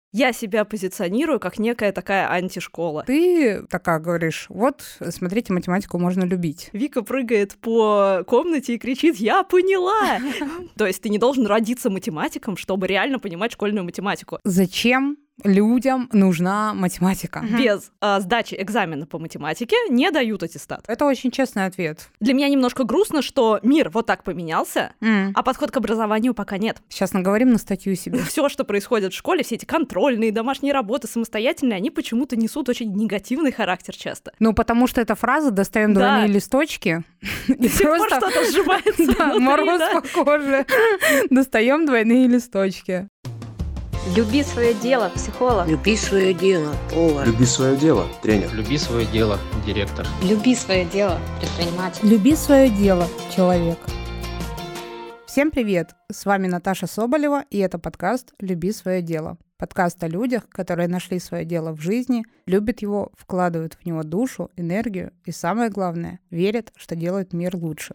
я себя позиционирую как некая такая антишкола. Ты такая говоришь, вот, смотрите, математику можно любить. Вика прыгает по комнате и кричит: «Я поняла!» То есть ты не должен родиться математиком, чтобы реально понимать школьную математику. Зачем людям нужна математика? Без сдачи экзамена по математике не дают аттестат. Это очень честный ответ. Для меня немножко грустно, что мир вот так поменялся, а подход к образованию пока нет. Сейчас наговорим на статью себе. Все, что происходит в школе, все эти контрольные, домашние работы, самостоятельные, они почему-то несут очень негативный характер часто. Ну, потому что эта фраза «достаем двойные листочки». До сих пор что-то сжимается. Да, мороз по коже. Достаем двойные листочки. Люби свое дело, психолог. Люби свое дело, повар. Люби свое дело, тренер. Люби свое дело, директор. Люби свое дело, предприниматель. Люби свое дело, человек. Всем привет! С вами Наташа Соболева, и это подкаст «Люби свое дело». Подкаст о людях, которые нашли свое дело в жизни, любят его, вкладывают в него душу, энергию и, самое главное, верят, что делают мир лучше.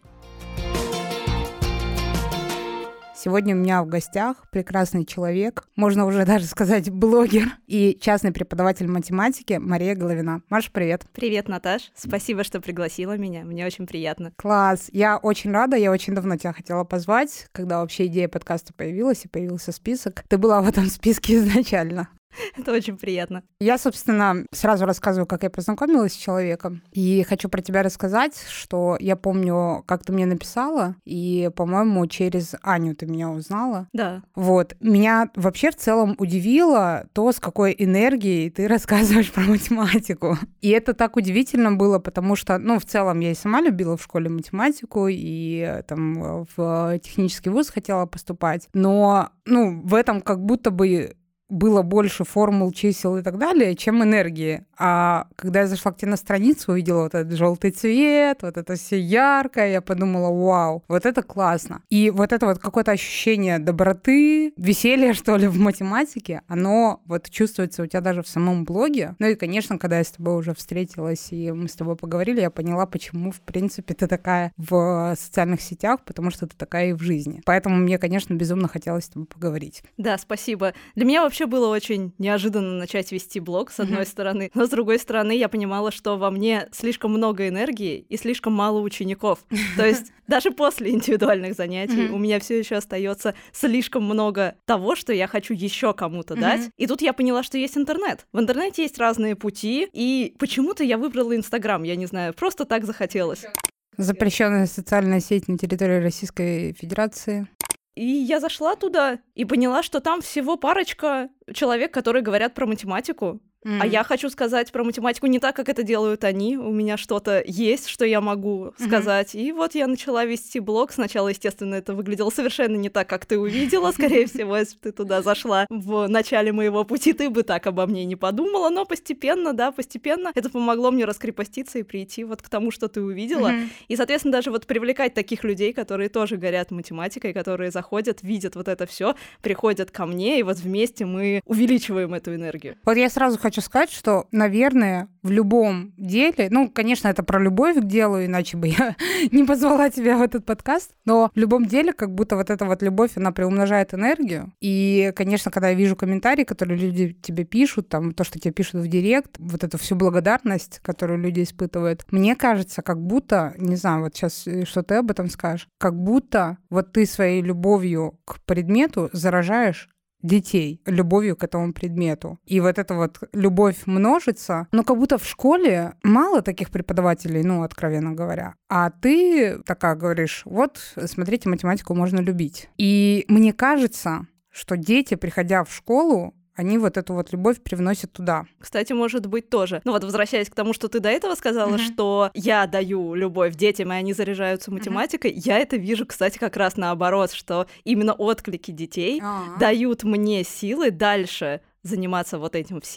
Сегодня у меня в гостях прекрасный человек, можно уже даже сказать блогер и частный преподаватель математики Мария Головина. Маша, привет. Привет, Наташ. Спасибо, что пригласила меня. Мне очень приятно. Класс. Я очень рада. Я очень давно тебя хотела позвать, когда вообще идея подкаста появилась и появился список. Ты была в этом списке изначально. Это очень приятно. Я, собственно, сразу рассказываю, как я познакомилась с человеком. И хочу про тебя рассказать, что я помню, как ты мне написала, и, по-моему, через Аню ты меня узнала. Да. Вот. Меня вообще в целом удивило то, с какой энергией ты рассказываешь про математику. И это так удивительно было, потому что, в целом я и сама любила в школе математику, и там в технический вуз хотела поступать. Но, в этом как будто бы было больше формул, чисел и так далее, чем энергии. А когда я зашла к тебе на страницу, увидела вот этот желтый цвет, вот это все яркое, я подумала, вау, вот это классно. И вот это вот какое-то ощущение доброты, веселья, что ли, в математике, оно вот чувствуется у тебя даже в самом блоге. Ну и, конечно, когда я с тобой уже встретилась, и мы с тобой поговорили, я поняла, почему, в принципе, ты такая в социальных сетях, потому что ты такая и в жизни. Поэтому мне, конечно, безумно хотелось с тобой поговорить. Да, спасибо. Для меня вообще было очень неожиданно начать вести блог, с одной стороны. Но с другой стороны, я понимала, что во мне слишком много энергии и слишком мало учеников. То есть даже после индивидуальных занятий у меня все еще остается слишком много того, что я хочу еще кому-то дать. И тут я поняла, что есть интернет. В интернете есть разные пути, и почему-то я выбрала Инстаграм, я не знаю, просто так захотелось. Запрещенная социальная сеть на территории Российской Федерации. И я зашла туда и поняла, что там всего парочка человек, которые говорят про математику. А я хочу сказать про математику не так, как это делают они. У меня что-то есть, что я могу сказать. И вот я начала вести блог. Сначала, естественно, это выглядело совершенно не так, как ты увидела. Скорее всего, если бы ты туда зашла в начале моего пути, ты бы так обо мне не подумала. Но постепенно это помогло мне раскрепоститься и прийти вот к тому, что ты увидела. И, соответственно, даже вот привлекать таких людей, которые тоже горят математикой, которые заходят, видят вот это все, приходят ко мне, и вот вместе мы увеличиваем эту энергию. Вот я сразу хочу сказать, что, наверное, в любом деле, конечно, это про любовь к делу, иначе бы я не позвала тебя в этот подкаст, но в любом деле как будто вот эта вот любовь, она приумножает энергию. И, конечно, когда я вижу комментарии, которые люди тебе пишут, там, то, что тебе пишут в директ, вот эту всю благодарность, которую люди испытывают, мне кажется, как будто, не знаю, вот сейчас что ты об этом скажешь, как будто вот ты своей любовью к предмету заражаешь детей любовью к этому предмету. И вот эта вот любовь множится. Но как будто в школе мало таких преподавателей, откровенно говоря. А ты такая говоришь, вот, смотрите, математику можно любить. И мне кажется, что дети, приходя в школу, они вот эту вот любовь привносят туда. Кстати, может быть, тоже. Возвращаясь к тому, что ты до этого сказала, что я даю любовь детям, и они заряжаются математикой, я это вижу, кстати, как раз наоборот, что именно отклики детей дают мне силы дальше заниматься вот этим всем,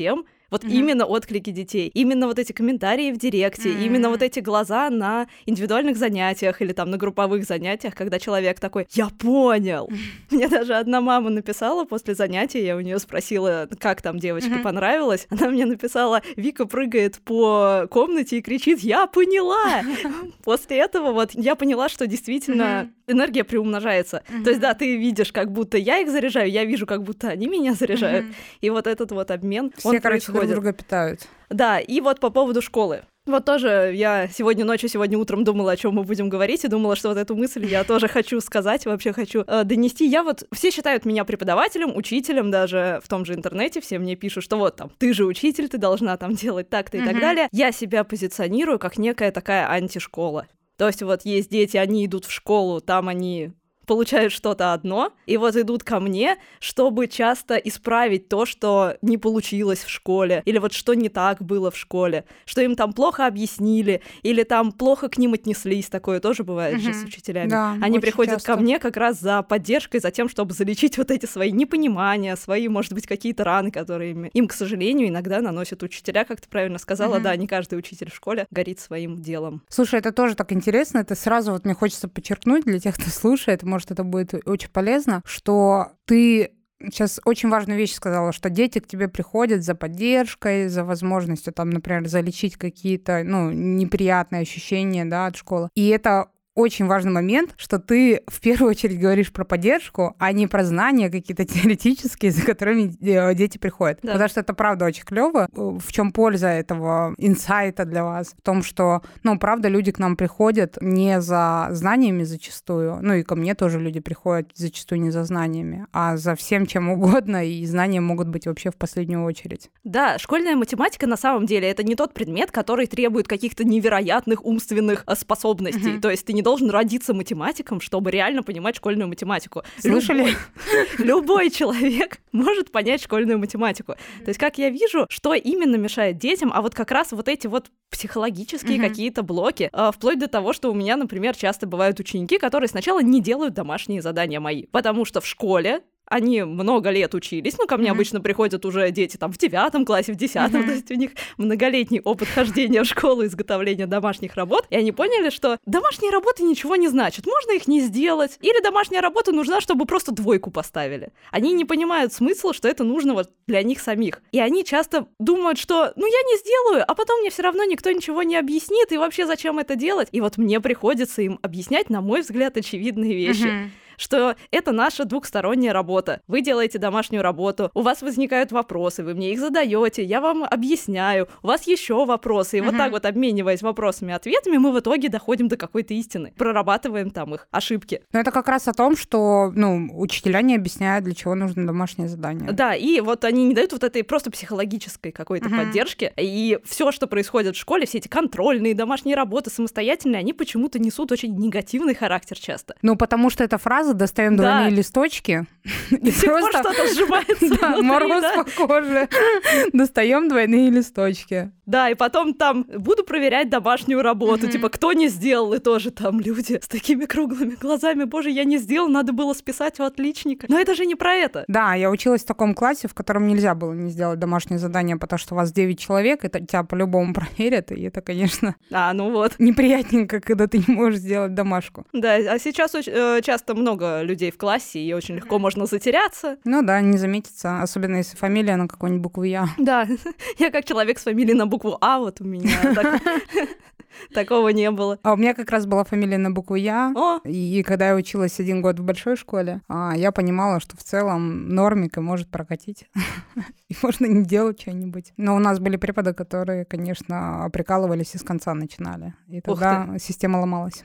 Вот именно отклики детей, именно вот эти комментарии в директе, именно вот эти глаза на индивидуальных занятиях или там на групповых занятиях, когда человек такой: «Я понял». Мне даже одна мама написала после занятия, я у нее спросила, как там девочке понравилось. Она мне написала: «Вика прыгает по комнате и кричит: я поняла!» После этого вот я поняла, что действительно энергия приумножается. То есть, да, ты видишь, как будто я их заряжаю, я вижу, как будто они меня заряжают. И вот этот вот обмен, все, он короче, происходит. друг друга питают. Да, и вот по поводу школы. Вот тоже я сегодня ночью, сегодня утром думала, о чем мы будем говорить, и думала, что вот эту мысль я тоже хочу сказать, вообще хочу донести. Я вот... Все считают меня преподавателем, учителем, даже в том же интернете все мне пишут, что вот там, ты же учитель, ты должна там делать так-то и так далее. Я себя позиционирую как некая такая антишкола. То есть вот есть дети, они идут в школу, там они получают что-то одно, и вот идут ко мне, чтобы часто исправить то, что не получилось в школе, или вот что не так было в школе, что им там плохо объяснили, или там плохо к ним отнеслись, такое тоже бывает же с учителями. Да, они приходят часто ко мне как раз за поддержкой, за тем, чтобы залечить вот эти свои непонимания, свои, может быть, какие-то раны, которые им, к сожалению, иногда наносят учителя, как ты правильно сказала, да, не каждый учитель в школе горит своим делом. Слушай, это тоже так интересно, это сразу вот мне хочется подчеркнуть для тех, кто слушает, может, это будет очень полезно, что ты сейчас очень важную вещь сказала, что дети к тебе приходят за поддержкой, за возможностью, там, например, залечить какие-то, неприятные ощущения, да, от школы. И это очень важный момент, что ты в первую очередь говоришь про поддержку, а не про знания какие-то теоретические, за которыми дети приходят. Да. Потому что это правда очень клево. В чем польза этого инсайта для вас? В том, что, правда, люди к нам приходят не за знаниями зачастую, и ко мне тоже люди приходят зачастую не за знаниями, а за всем чем угодно, и знания могут быть вообще в последнюю очередь. Да, школьная математика на самом деле это не тот предмет, который требует каких-то невероятных умственных способностей. То есть ты не должен родиться математиком, чтобы реально понимать школьную математику. Слышали? Любой человек может понять школьную математику. То есть, как я вижу, что именно мешает детям, а вот как раз вот эти вот психологические какие-то блоки, вплоть до того, что у меня, например, часто бывают ученики, которые сначала не делают домашние задания мои, потому что в школе они много лет учились, ко мне обычно приходят уже дети там в 9 классе, в 10, то есть у них многолетний опыт хождения в школу, изготовления домашних работ, и они поняли, что домашние работы ничего не значат, можно их не сделать, или домашняя работа нужна, чтобы просто 2 поставили. Они не понимают смысла, что это нужно вот для них самих. И они часто думают, что я не сделаю, а потом мне все равно никто ничего не объяснит, и вообще зачем это делать? И вот мне приходится им объяснять, на мой взгляд, очевидные вещи. Что это наша двухсторонняя работа. Вы делаете домашнюю работу, у вас возникают вопросы, вы мне их задаете, я вам объясняю, у вас еще вопросы, и вот так вот, обмениваясь вопросами и ответами, мы в итоге доходим до какой-то истины, прорабатываем там их ошибки. Но это как раз о том, что, учителя не объясняют, для чего нужно домашнее задание. Да, и вот они не дают вот этой просто психологической какой-то поддержки, и все, что происходит в школе, все эти контрольные домашние работы самостоятельные, они почему-то несут очень негативный характер часто. Потому что эта фраза «достаем двойные листочки». До сих пор что-то сжимается. Да, мороз по коже. Достаем двойные листочки. Да, и потом там буду проверять домашнюю работу, типа, кто не сделал, и тоже там люди с такими круглыми глазами, боже, я не сделал, надо было списать у отличника. Но это же не про это. Да, я училась в таком классе, в котором нельзя было не сделать домашнее задание, потому что у вас 9 человек, и тебя по-любому проверят, и это, конечно, неприятненько, когда ты не можешь сделать домашку. Да, а сейчас часто много людей в классе, и очень легко можно затеряться. Да, не заметится, особенно если фамилия на какой-нибудь букву «Я». Да, я как человек с фамилией на букву «А», вот у меня такого не было. А у меня как раз была фамилия на букву «Я», и когда я училась 1 год в большой школе, я понимала, что в целом нормика может прокатить, и можно не делать что-нибудь. Но у нас были преподы, которые, конечно, прикалывались и с конца начинали, и тогда система ломалась.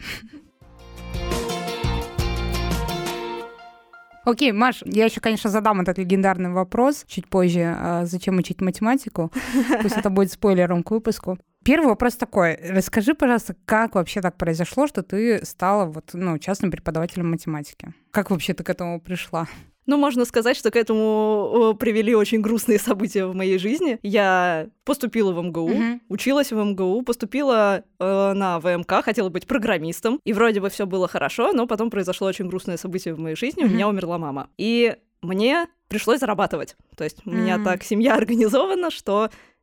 Окей, Маш, я еще, конечно, задам этот легендарный вопрос чуть позже. Зачем учить математику? Пусть это будет спойлером к выпуску. Первый вопрос такой. Расскажи, пожалуйста, как вообще так произошло, что ты стала частным преподавателем математики? Как вообще ты к этому пришла? Можно сказать, что к этому привели очень грустные события в моей жизни. Я поступила в МГУ, училась в МГУ, поступила на ВМК, хотела быть программистом, и вроде бы все было хорошо, но потом произошло очень грустное событие в моей жизни, у меня умерла мама. И мне пришлось зарабатывать. То есть у меня так семья организована, что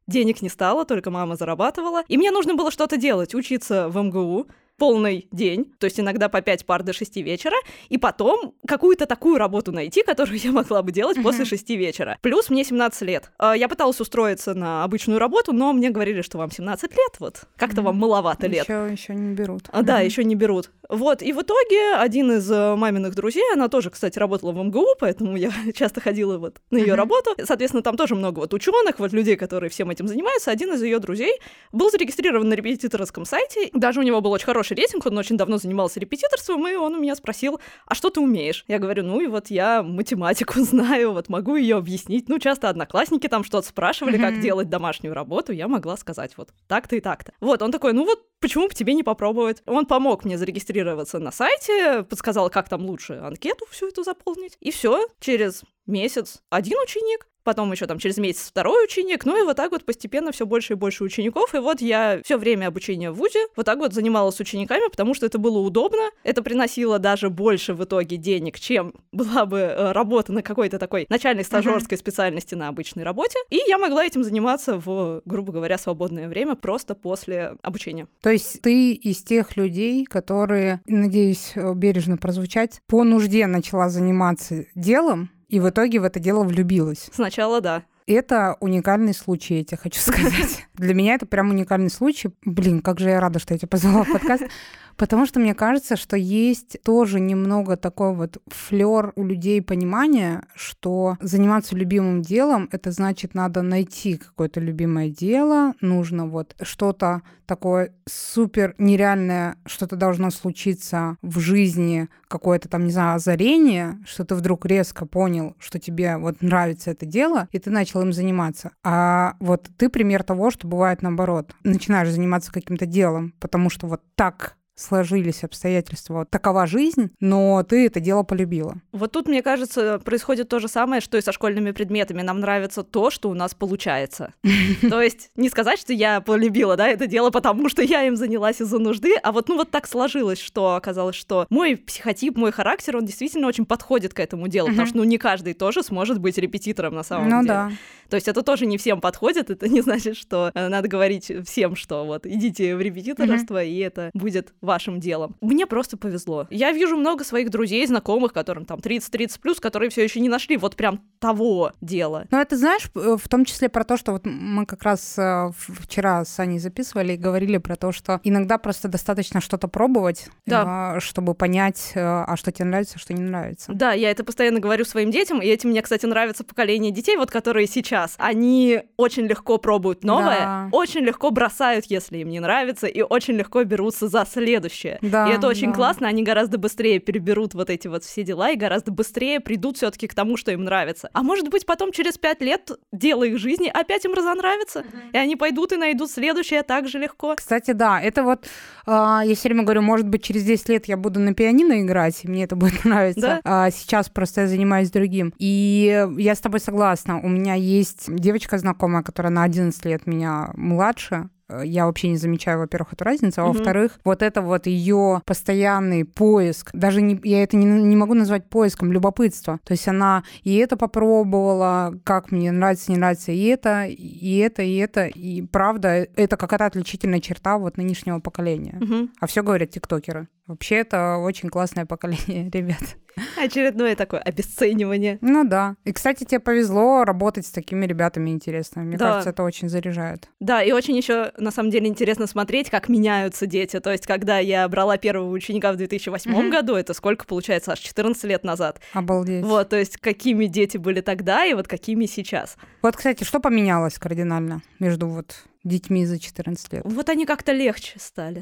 денег не стало, только мама зарабатывала, и мне нужно было что-то делать, учиться в МГУ, полный день, то есть иногда по 5 пар до 6 вечера, и потом какую-то такую работу найти, которую я могла бы делать после 6 вечера. Плюс мне 17 лет. Я пыталась устроиться на обычную работу, но мне говорили, что вам 17 лет, вот, как-то вам маловато лет. Еще не берут. Да, еще не берут. Вот, и в итоге один из маминых друзей, она тоже, кстати, работала в МГУ, поэтому я часто ходила вот на ее работу. Соответственно, там тоже много вот ученых, вот людей, которые всем этим занимаются. Один из ее друзей был зарегистрирован на репетиторском сайте, даже у него был очень хороший рейтинг, он очень давно занимался репетиторством, и он у меня спросил, а что ты умеешь? Я говорю, ну и вот я математику знаю, вот могу ее объяснить. Ну, часто одноклассники там что-то спрашивали, как делать домашнюю работу, я могла сказать вот так-то и так-то. Вот, он такой, ну вот почему бы тебе не попробовать? Он помог мне зарегистрироваться на сайте, подсказал, как там лучше анкету всю эту заполнить, и все, через месяц один ученик, потом еще там через месяц второй ученик, ну и вот так вот постепенно все больше и больше учеников, и вот я все время обучения в вузе вот так вот занималась с учениками, потому что это было удобно, это приносило даже больше в итоге денег, чем была бы работа на какой-то такой начальной стажерской специальности на обычной работе, и я могла этим заниматься в, грубо говоря, свободное время просто после обучения. То есть ты из тех людей, которые, надеюсь, бережно прозвучать, по нужде начала заниматься делом, и в итоге в это дело влюбилась. Сначала да. Это уникальный случай, я тебе хочу сказать. Для меня это прям уникальный случай. Блин, как же я рада, что я тебя позвала в подкаст. Потому что мне кажется, что есть тоже немного такой вот флёр у людей понимания, что заниматься любимым делом — это значит, надо найти какое-то любимое дело, нужно вот что-то такое супер нереальное, что-то должно случиться в жизни, какое-то там, не знаю, озарение, что ты вдруг резко понял, что тебе вот нравится это дело, и ты начал им заниматься. А вот ты пример того, что бывает наоборот. Начинаешь заниматься каким-то делом, потому что вот так сложились обстоятельства, вот такова жизнь, но ты это дело полюбила. Вот тут, мне кажется, происходит то же самое, что и со школьными предметами. Нам нравится то, что у нас получается. То есть не сказать, что я полюбила, да, это дело, потому что я им занялась из-за нужды, а вот, ну, вот так сложилось, что оказалось, что мой психотип, мой характер, он действительно очень подходит к этому делу, потому что, ну, не каждый тоже сможет быть репетитором на самом деле. Да. То есть это тоже не всем подходит, это не значит, что надо говорить всем, что вот идите в репетиторство, и это будет вашим делом. Мне просто повезло. Я вижу много своих друзей, знакомых, которым там 30-30+, которые все еще не нашли вот прям того дела. Но это, знаешь, в том числе про то, что вот мы как раз вчера с Аней записывали и говорили про то, что иногда просто достаточно что-то пробовать, чтобы понять, а что тебе нравится, а что не нравится. Да, я это постоянно говорю своим детям, и этим мне, кстати, нравится поколение детей, вот которые сейчас. Они очень легко пробуют новое, очень легко бросают, если им не нравится, и очень легко берутся за следующее. Да, и это очень классно, они гораздо быстрее переберут вот эти вот все дела и гораздо быстрее придут все-таки к тому, что им нравится. А может быть, потом через 5 лет дело их жизни опять им разонравится, и они пойдут и найдут следующее так же легко. Кстати, да, это вот, я все время говорю, может быть, через 10 лет я буду на пианино играть, и мне это будет нравиться. А сейчас просто я занимаюсь другим. И я с тобой согласна. У меня есть девочка знакомая, которая на 11 лет меня младше. Я вообще не замечаю, во-первых, эту разницу, а во-вторых, вот это вот ее постоянный поиск, даже я это не могу назвать поиском, любопытство. То есть она и это попробовала, как мне нравится, не нравится, и это, и это, и это. И правда, это какая-то отличительная черта вот нынешнего поколения. А все говорят тиктокеры. Вообще, это очень классное поколение, ребят. Очередное такое обесценивание. Ну да. И, кстати, тебе повезло работать с такими ребятами интересными. Мне кажется, это очень заряжает. Да, и очень еще на самом деле интересно смотреть, как меняются дети. То есть, когда я брала первого ученика в 2008 году, это сколько, получается, аж 14 лет назад. Обалдеть. Вот, то есть, какими дети были тогда и вот какими сейчас. Вот, кстати, что поменялось кардинально между вот детьми за 14 лет? Вот они как-то легче стали.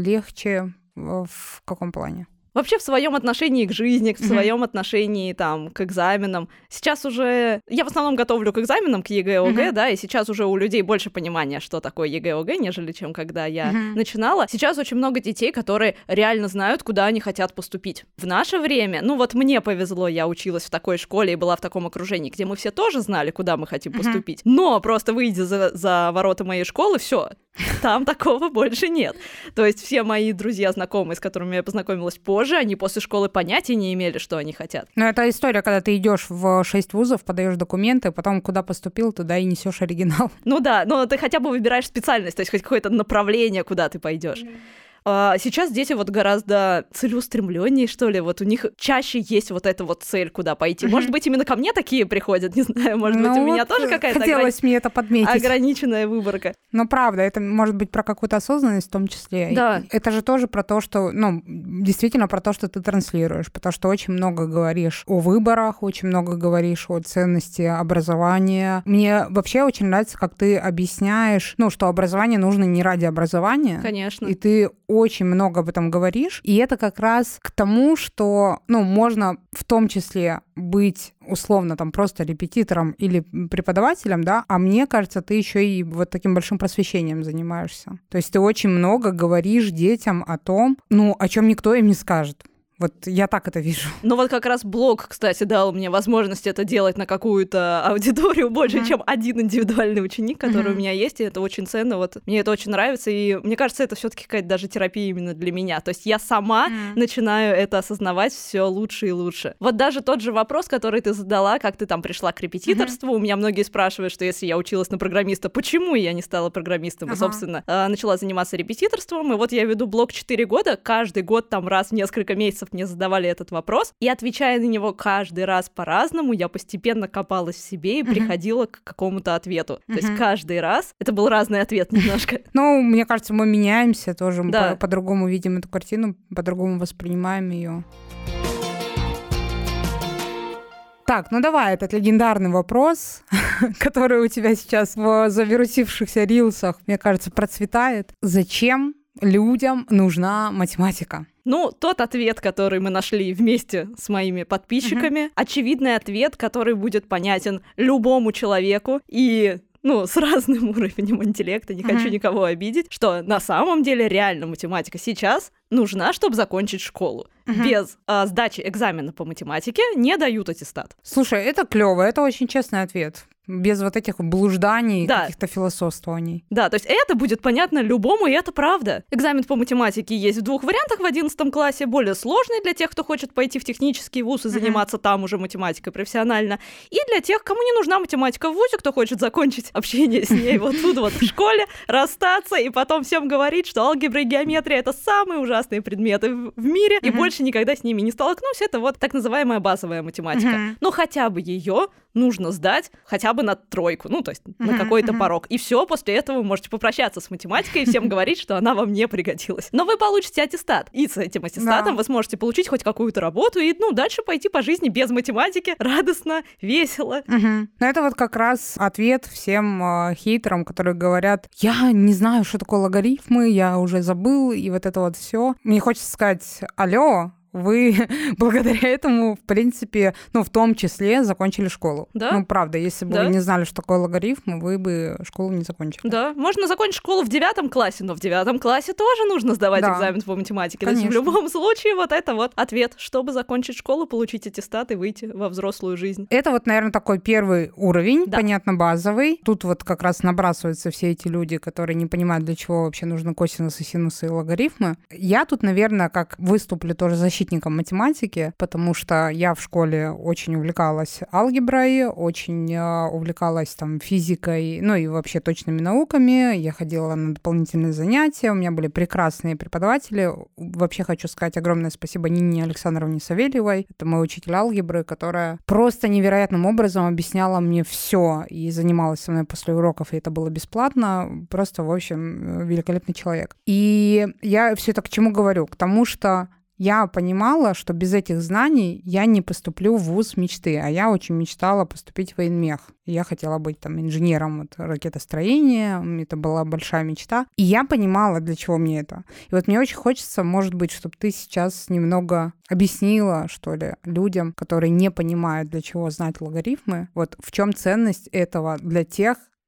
Легче в каком плане? Вообще в своем отношении к жизни, в своем отношении там к экзаменам. Сейчас уже... Я в основном готовлю к экзаменам, к ЕГЭ, ОГЭ, да, и сейчас уже у людей больше понимания, что такое ЕГЭ, ОГЭ, нежели чем когда я начинала. Сейчас очень много детей, которые реально знают, куда они хотят поступить. В наше время, ну вот мне повезло, я училась в такой школе и была в таком окружении, где мы все тоже знали, куда мы хотим поступить. Но просто выйдя за ворота моей школы, все. Там такого больше нет. То есть все мои друзья, знакомые, с которыми я познакомилась позже, они после школы понятия не имели, что они хотят. Но это история, когда ты идешь в 6 вузов, подаешь документы, потом куда поступил, туда и несешь оригинал. Ну да, но ты хотя бы выбираешь специальность, то есть хоть какое-то направление, куда ты пойдешь. Сейчас дети вот гораздо целеустремленнее, что ли, вот у них чаще есть вот эта вот цель, куда пойти. Может быть, именно ко мне такие приходят, не знаю, может быть, у меня тоже какая-то хотелось мне это подметить. Ограниченная выборка. Но правда, это может быть про какую-то осознанность в том числе. Да. Это же тоже про то, что, действительно про то, что ты транслируешь, потому что очень много говоришь о выборах, очень много говоришь о ценности образования. Мне вообще очень нравится, как ты объясняешь, что образование нужно не ради образования. Конечно. И ты очень много об этом говоришь, и это как раз к тому, что, можно в том числе быть условно там просто репетитором или преподавателем, да, а мне кажется, ты еще и вот таким большим просвещением занимаешься. То есть ты очень много говоришь детям о том, о чем никто им не скажет. Вот я так это вижу. Ну вот как раз блог, кстати, дал мне возможность это делать на какую-то аудиторию больше, чем один индивидуальный ученик, который у меня есть, и это очень ценно, вот мне это очень нравится, и мне кажется, это все-таки какая-то даже терапия именно для меня. То есть я сама начинаю это осознавать все лучше и лучше. Вот даже тот же вопрос, который ты задала, как ты там пришла к репетиторству, у меня многие спрашивают, что если я училась на программиста, почему я не стала программистом? И, собственно, начала заниматься репетиторством, и вот я веду блог 4 года, каждый год там раз в несколько месяцев мне задавали этот вопрос, и отвечая на него каждый раз по-разному, я постепенно копалась в себе и приходила к какому-то ответу. То есть каждый раз это был разный ответ немножко. Мне кажется, мы меняемся тоже, мы по-другому видим эту картину, по-другому воспринимаем ее. Так, давай, этот легендарный вопрос, который у тебя сейчас в завирусившихся рилсах, мне кажется, процветает. Зачем людям нужна математика? Тот ответ, который мы нашли вместе с моими подписчиками, очевидный ответ, который будет понятен любому человеку и с разным уровнем интеллекта, не хочу никого обидеть, что на самом деле реально математика сейчас нужна, чтобы закончить школу. Без сдачи экзамена по математике не дают аттестат. Слушай, это клево, это очень честный ответ. Без вот этих блужданий, каких-то философствований. Да, то есть это будет понятно любому, и это правда. Экзамен по математике есть в 2 вариантах в 11 классе, более сложный для тех, кто хочет пойти в технический вуз и заниматься там уже математикой профессионально, и для тех, кому не нужна математика в вузе, кто хочет закончить общение с ней вот тут вот в школе, расстаться и потом всем говорить, что алгебра и геометрия — это самые ужасные предметы в мире, и больше никогда с ними не столкнусь. Это вот так называемая базовая математика. Но хотя бы ее нужно сдать хотя бы на 3, то есть на какой-то порог. И все, после этого вы можете попрощаться с математикой и всем говорить, что она вам не пригодилась. Но вы получите аттестат. И с этим аттестатом вы сможете получить хоть какую-то работу и, дальше пойти по жизни без математики, радостно, весело. Но это вот как раз ответ всем хейтерам, которые говорят: я не знаю, что такое логарифмы, я уже забыл, и вот это вот все. Мне хочется сказать: алло, вы благодаря этому, в принципе, в том числе закончили школу. Да? Правда, если бы вы не знали, что такое логарифм, вы бы школу не закончили. Да, можно закончить школу в 9 классе, но в 9 классе тоже нужно сдавать экзамен по математике. То есть в любом случае вот это вот ответ, чтобы закончить школу, получить аттестат и выйти во взрослую жизнь. Это вот, наверное, такой первый уровень, понятно, базовый. Тут вот как раз набрасываются все эти люди, которые не понимают, для чего вообще нужны косинусы, синусы и логарифмы. Я тут, наверное, как выступлю тоже защитником математики, потому что я в школе очень увлекалась алгеброй, очень увлекалась там физикой, и вообще точными науками. Я ходила на дополнительные занятия, у меня были прекрасные преподаватели. Вообще хочу сказать огромное спасибо Нине Александровне Савельевой. Это мой учитель алгебры, которая просто невероятным образом объясняла мне все и занималась со мной после уроков, и это было бесплатно. Просто, в общем, великолепный человек. И я все это к чему говорю? К тому, что я понимала, что без этих знаний я не поступлю в вуз мечты, а я очень мечтала поступить в военмех. Я хотела быть там инженером ракетостроения, это была большая мечта. И я понимала, для чего мне это. И вот мне очень хочется, может быть, чтобы ты сейчас немного объяснила, что ли, людям, которые не понимают, для чего знать логарифмы, вот в чем ценность этого для тех,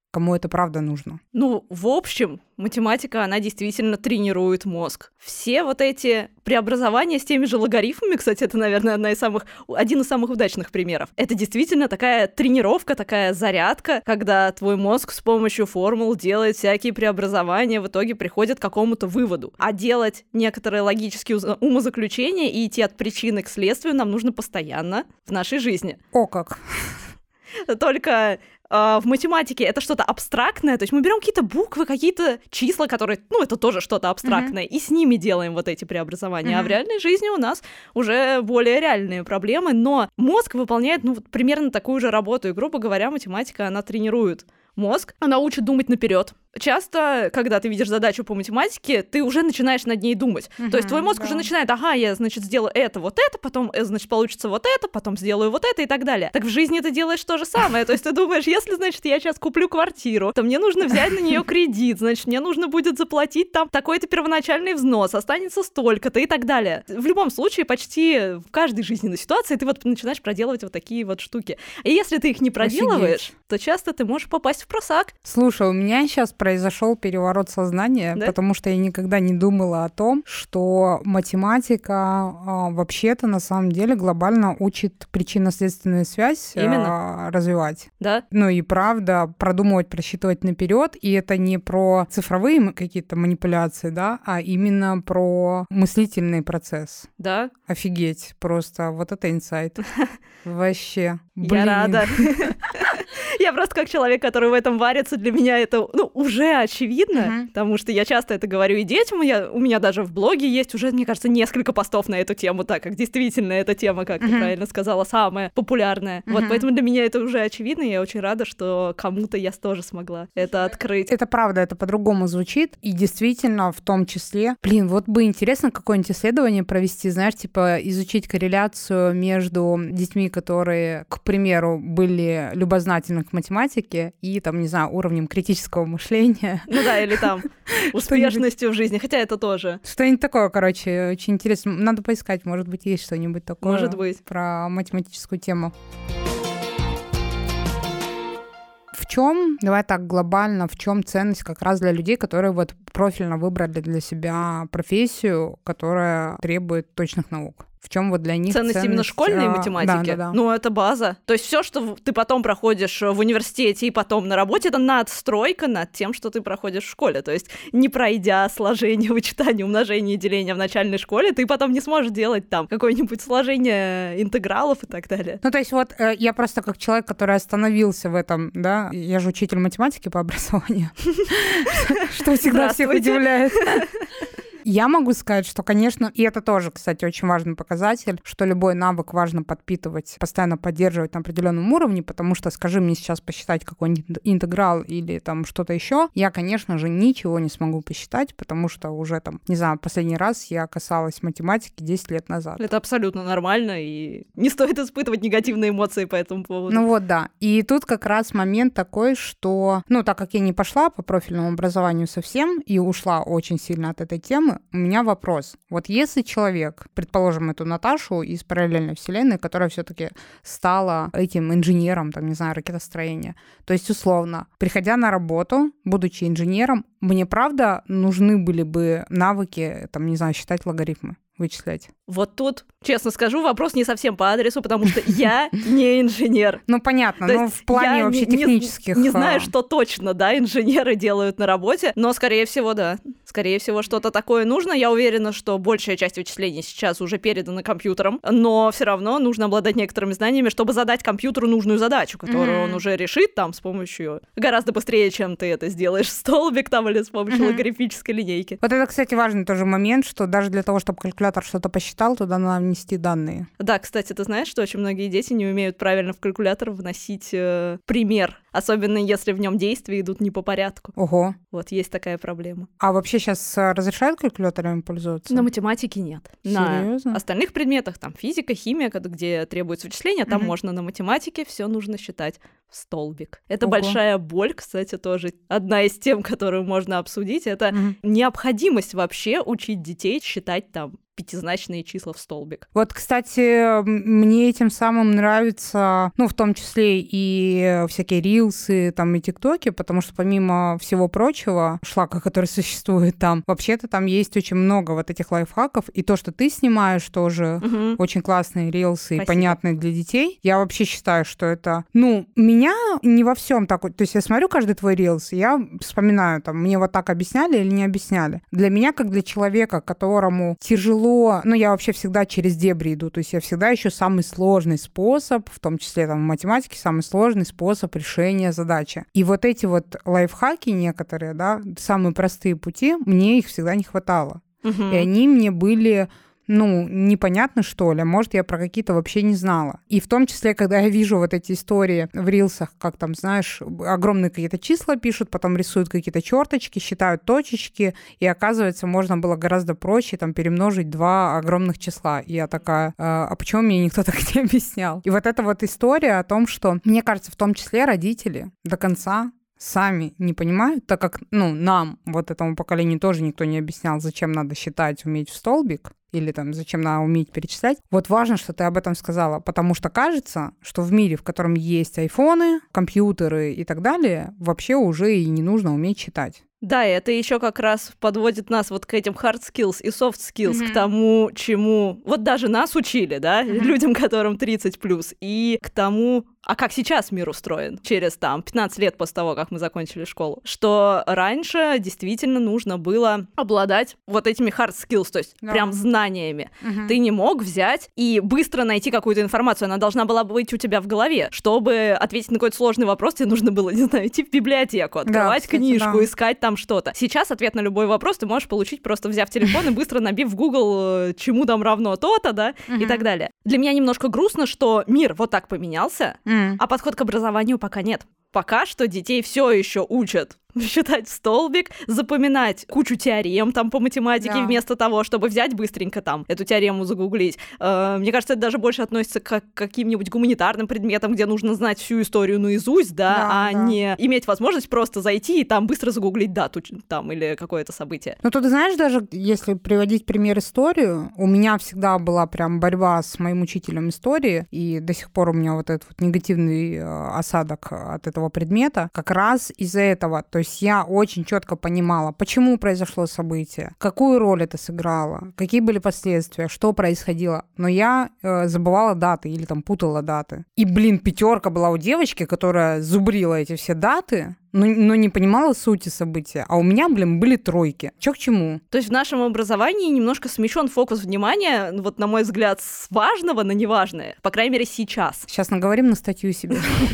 кому это правда нужно. Ну, в общем, математика, она действительно тренирует мозг. Все вот эти преобразования с теми же логарифмами, кстати, это, наверное, один из самых удачных примеров. Это действительно такая тренировка, такая зарядка, когда твой мозг с помощью формул делает всякие преобразования, в итоге приходит к какому-то выводу. А делать некоторые логические умозаключения и идти от причины к следствию нам нужно постоянно в нашей жизни. О как! Только в математике это что-то абстрактное, то есть мы берем какие-то буквы, какие-то числа, которые, это тоже что-то абстрактное, и с ними делаем вот эти преобразования. А в реальной жизни у нас уже более реальные проблемы, но мозг выполняет, примерно такую же работу, и, грубо говоря, математика, она тренирует мозг, она учит думать наперед. Часто, когда ты видишь задачу по математике, ты уже начинаешь над ней думать. То есть твой мозг уже начинает, я, сделаю это, потом, получится вот это, потом сделаю вот это и так далее. Так в жизни ты делаешь то же самое. То есть ты думаешь, если, я сейчас куплю квартиру, то мне нужно взять на нее кредит, мне нужно будет заплатить там такой-то первоначальный взнос, останется столько-то и так далее. В любом случае, почти в каждой жизненной ситуации ты начинаешь проделывать вот такие вот штуки. И если ты их не проделываешь, то часто ты можешь попасть в просак. Слушай, у меня сейчас произошел переворот сознания, потому что я никогда не думала о том, что математика вообще-то на самом деле глобально учит причинно-следственную связь развивать. Да. И правда продумывать, просчитывать наперед, и это не про цифровые какие-то манипуляции, а именно про мыслительный процесс. Да. Офигеть, просто вот это инсайт. Вообще. Я рада. Я просто как человек, который в этом варится, для меня это, уже очевидно, потому что я часто это говорю и детям, у меня даже в блоге есть уже, мне кажется, несколько постов на эту тему, так как действительно эта тема, как ты правильно сказала, самая популярная. Вот, поэтому для меня это уже очевидно, и я очень рада, что кому-то я тоже смогла это открыть. Это правда, это по-другому звучит, и действительно, в том числе, вот бы интересно какое-нибудь исследование провести, изучить корреляцию между детьми, которые, к примеру, были любознательны к математике и, уровнем критического мышления. Или успешностью в жизни, хотя это тоже. Что-нибудь такое, очень интересно. Надо поискать, может быть, есть что-нибудь такое. Может быть. Про математическую тему. В чем, давай так глобально, в чем ценность как раз для людей, которые профильно выбрали для себя профессию, которая требует точных наук? В чем для них ценность именно школьной математики? Да. Это база. То есть все, что ты потом проходишь в университете и потом на работе, это надстройка над тем, что ты проходишь в школе. То есть не пройдя сложение, вычитание, умножение и деление в начальной школе, ты потом не сможешь делать там какое-нибудь сложение интегралов и так далее. То есть я просто как человек, который остановился в этом, я же учитель математики по образованию, что всегда всех удивляет. Я могу сказать, что, конечно, и это тоже, кстати, очень важный показатель, что любой навык важно подпитывать, постоянно поддерживать на определенном уровне, потому что, скажи мне сейчас посчитать какой-нибудь интеграл или что-то еще, я, конечно же, ничего не смогу посчитать, потому что уже последний раз я касалась математики 10 лет назад. Это абсолютно нормально, и не стоит испытывать негативные эмоции по этому поводу. Да. И тут как раз момент такой, что, так как я не пошла по профильному образованию совсем и ушла очень сильно от этой темы, у меня вопрос. Если человек, предположим, эту Наташу из параллельной вселенной, которая все-таки стала этим инженером, ракетостроения, то есть, условно, приходя на работу, будучи инженером, мне правда нужны были бы навыки, считать логарифмы, вычислять? Вот тут, честно скажу, вопрос не совсем по адресу, потому что я не инженер. Понятно, в плане вообще технических... Не знаю, что точно, инженеры делают на работе, но, скорее всего, да. Скорее всего, что-то такое нужно. Я уверена, что большая часть вычислений сейчас уже передана компьютерам, но все равно нужно обладать некоторыми знаниями, чтобы задать компьютеру нужную задачу, которую он уже решит с помощью... Гораздо быстрее, чем ты это сделаешь столбик или с помощью логарифмической линейки. Это, кстати, важный тоже момент, что даже для того, чтобы калькулятор что-то посчитал, туда надо внести данные. Да, кстати, ты знаешь, что очень многие дети не умеют правильно в калькулятор вносить пример, особенно если в нем действия идут не по порядку. Ого. Есть такая проблема. А вообще сейчас разрешают калькуляторами пользоваться? На математике нет. Серьезно? На остальных предметах, физика, химия, где требуется вычисление, там можно. На математике все нужно считать в столбик. Это большая боль, кстати, тоже. Одна из тем, которую можно обсудить, это необходимость вообще учить детей считать пятизначные числа в столбик. Вот, кстати, мне этим самым нравится, в том числе и всякие рилсы, там, и тиктоки, потому что помимо всего прочего, шлака, который существует там, вообще-то там есть очень много вот этих лайфхаков, и то, что ты снимаешь, тоже очень классные рилсы и понятные для детей. Я вообще считаю, что это, меня не во всем так, то есть я смотрю каждый твой рилс, я вспоминаю, там, мне вот так объясняли или не объясняли. Для меня, как для человека, которому тяжело, я вообще всегда через дебри иду, то есть я всегда ищу самый сложный способ, в том числе там в математике, самый сложный способ решения задачи. И вот эти вот лайфхаки некоторые, да, самые простые пути, мне их всегда не хватало. И они мне были... непонятно, что ли. Может, я про какие-то вообще не знала. И в том числе, когда я вижу вот эти истории в рилсах, как там, знаешь, огромные какие-то числа пишут, потом рисуют какие-то черточки, считают точечки, и оказывается, можно было гораздо проще там перемножить два огромных числа. И я такая, а почему мне никто так не объяснял? И вот эта вот история о том, что, мне кажется, в том числе родители до конца сами не понимают, так как, нам, вот этому поколению, тоже никто не объяснял, зачем надо считать, уметь в столбик, или там зачем надо уметь перечислять. Вот важно, что ты об этом сказала, потому что кажется, что в мире, в котором есть айфоны, компьютеры и так далее, вообще уже и не нужно уметь читать. Да, и это еще как раз подводит нас вот к этим hard skills и soft skills, к тому, чему вот даже нас учили, да, людям, которым 30+, и к тому, а как сейчас мир устроен через 15 лет после того, как мы закончили школу, что раньше действительно нужно было обладать вот этими hard skills, то есть прям знаниями. Ты не мог взять и быстро найти какую-то информацию, она должна была быть у тебя в голове. Чтобы ответить на какой-то сложный вопрос, тебе нужно было, не знаю, идти в библиотеку, открывать книжку, искать там что-то. Сейчас ответ на любой вопрос ты можешь получить, просто взяв телефон и быстро набив в Google, чему там равно то-то, да, и так далее. Для меня немножко грустно, что мир вот так поменялся, а подход к образованию пока нет. Пока что детей все еще учат считать в столбик, запоминать кучу теорем там по математике, вместо того, чтобы взять быстренько там эту теорему загуглить. Мне кажется, это даже больше относится к каким-нибудь гуманитарным предметам, где нужно знать всю историю наизусть, не иметь возможность просто зайти и там быстро загуглить дату там или какое-то событие. Тут, знаешь, даже если приводить пример историю, у меня всегда была прям борьба с моим учителем истории, и до сих пор у меня вот этот вот негативный осадок от этого предмета, как раз из-за этого. То есть я очень четко понимала, почему произошло событие, какую роль это сыграло, какие были последствия, что происходило. Но я забывала даты или там путала даты. И, 5 была у девочки, которая зубрила эти все даты, но не понимала сути события. А у меня, были 3. Чё к чему? То есть в нашем образовании немножко смещен фокус внимания, вот на мой взгляд, с важного на неважное. По крайней мере, сейчас. Сейчас наговорим на статью себе.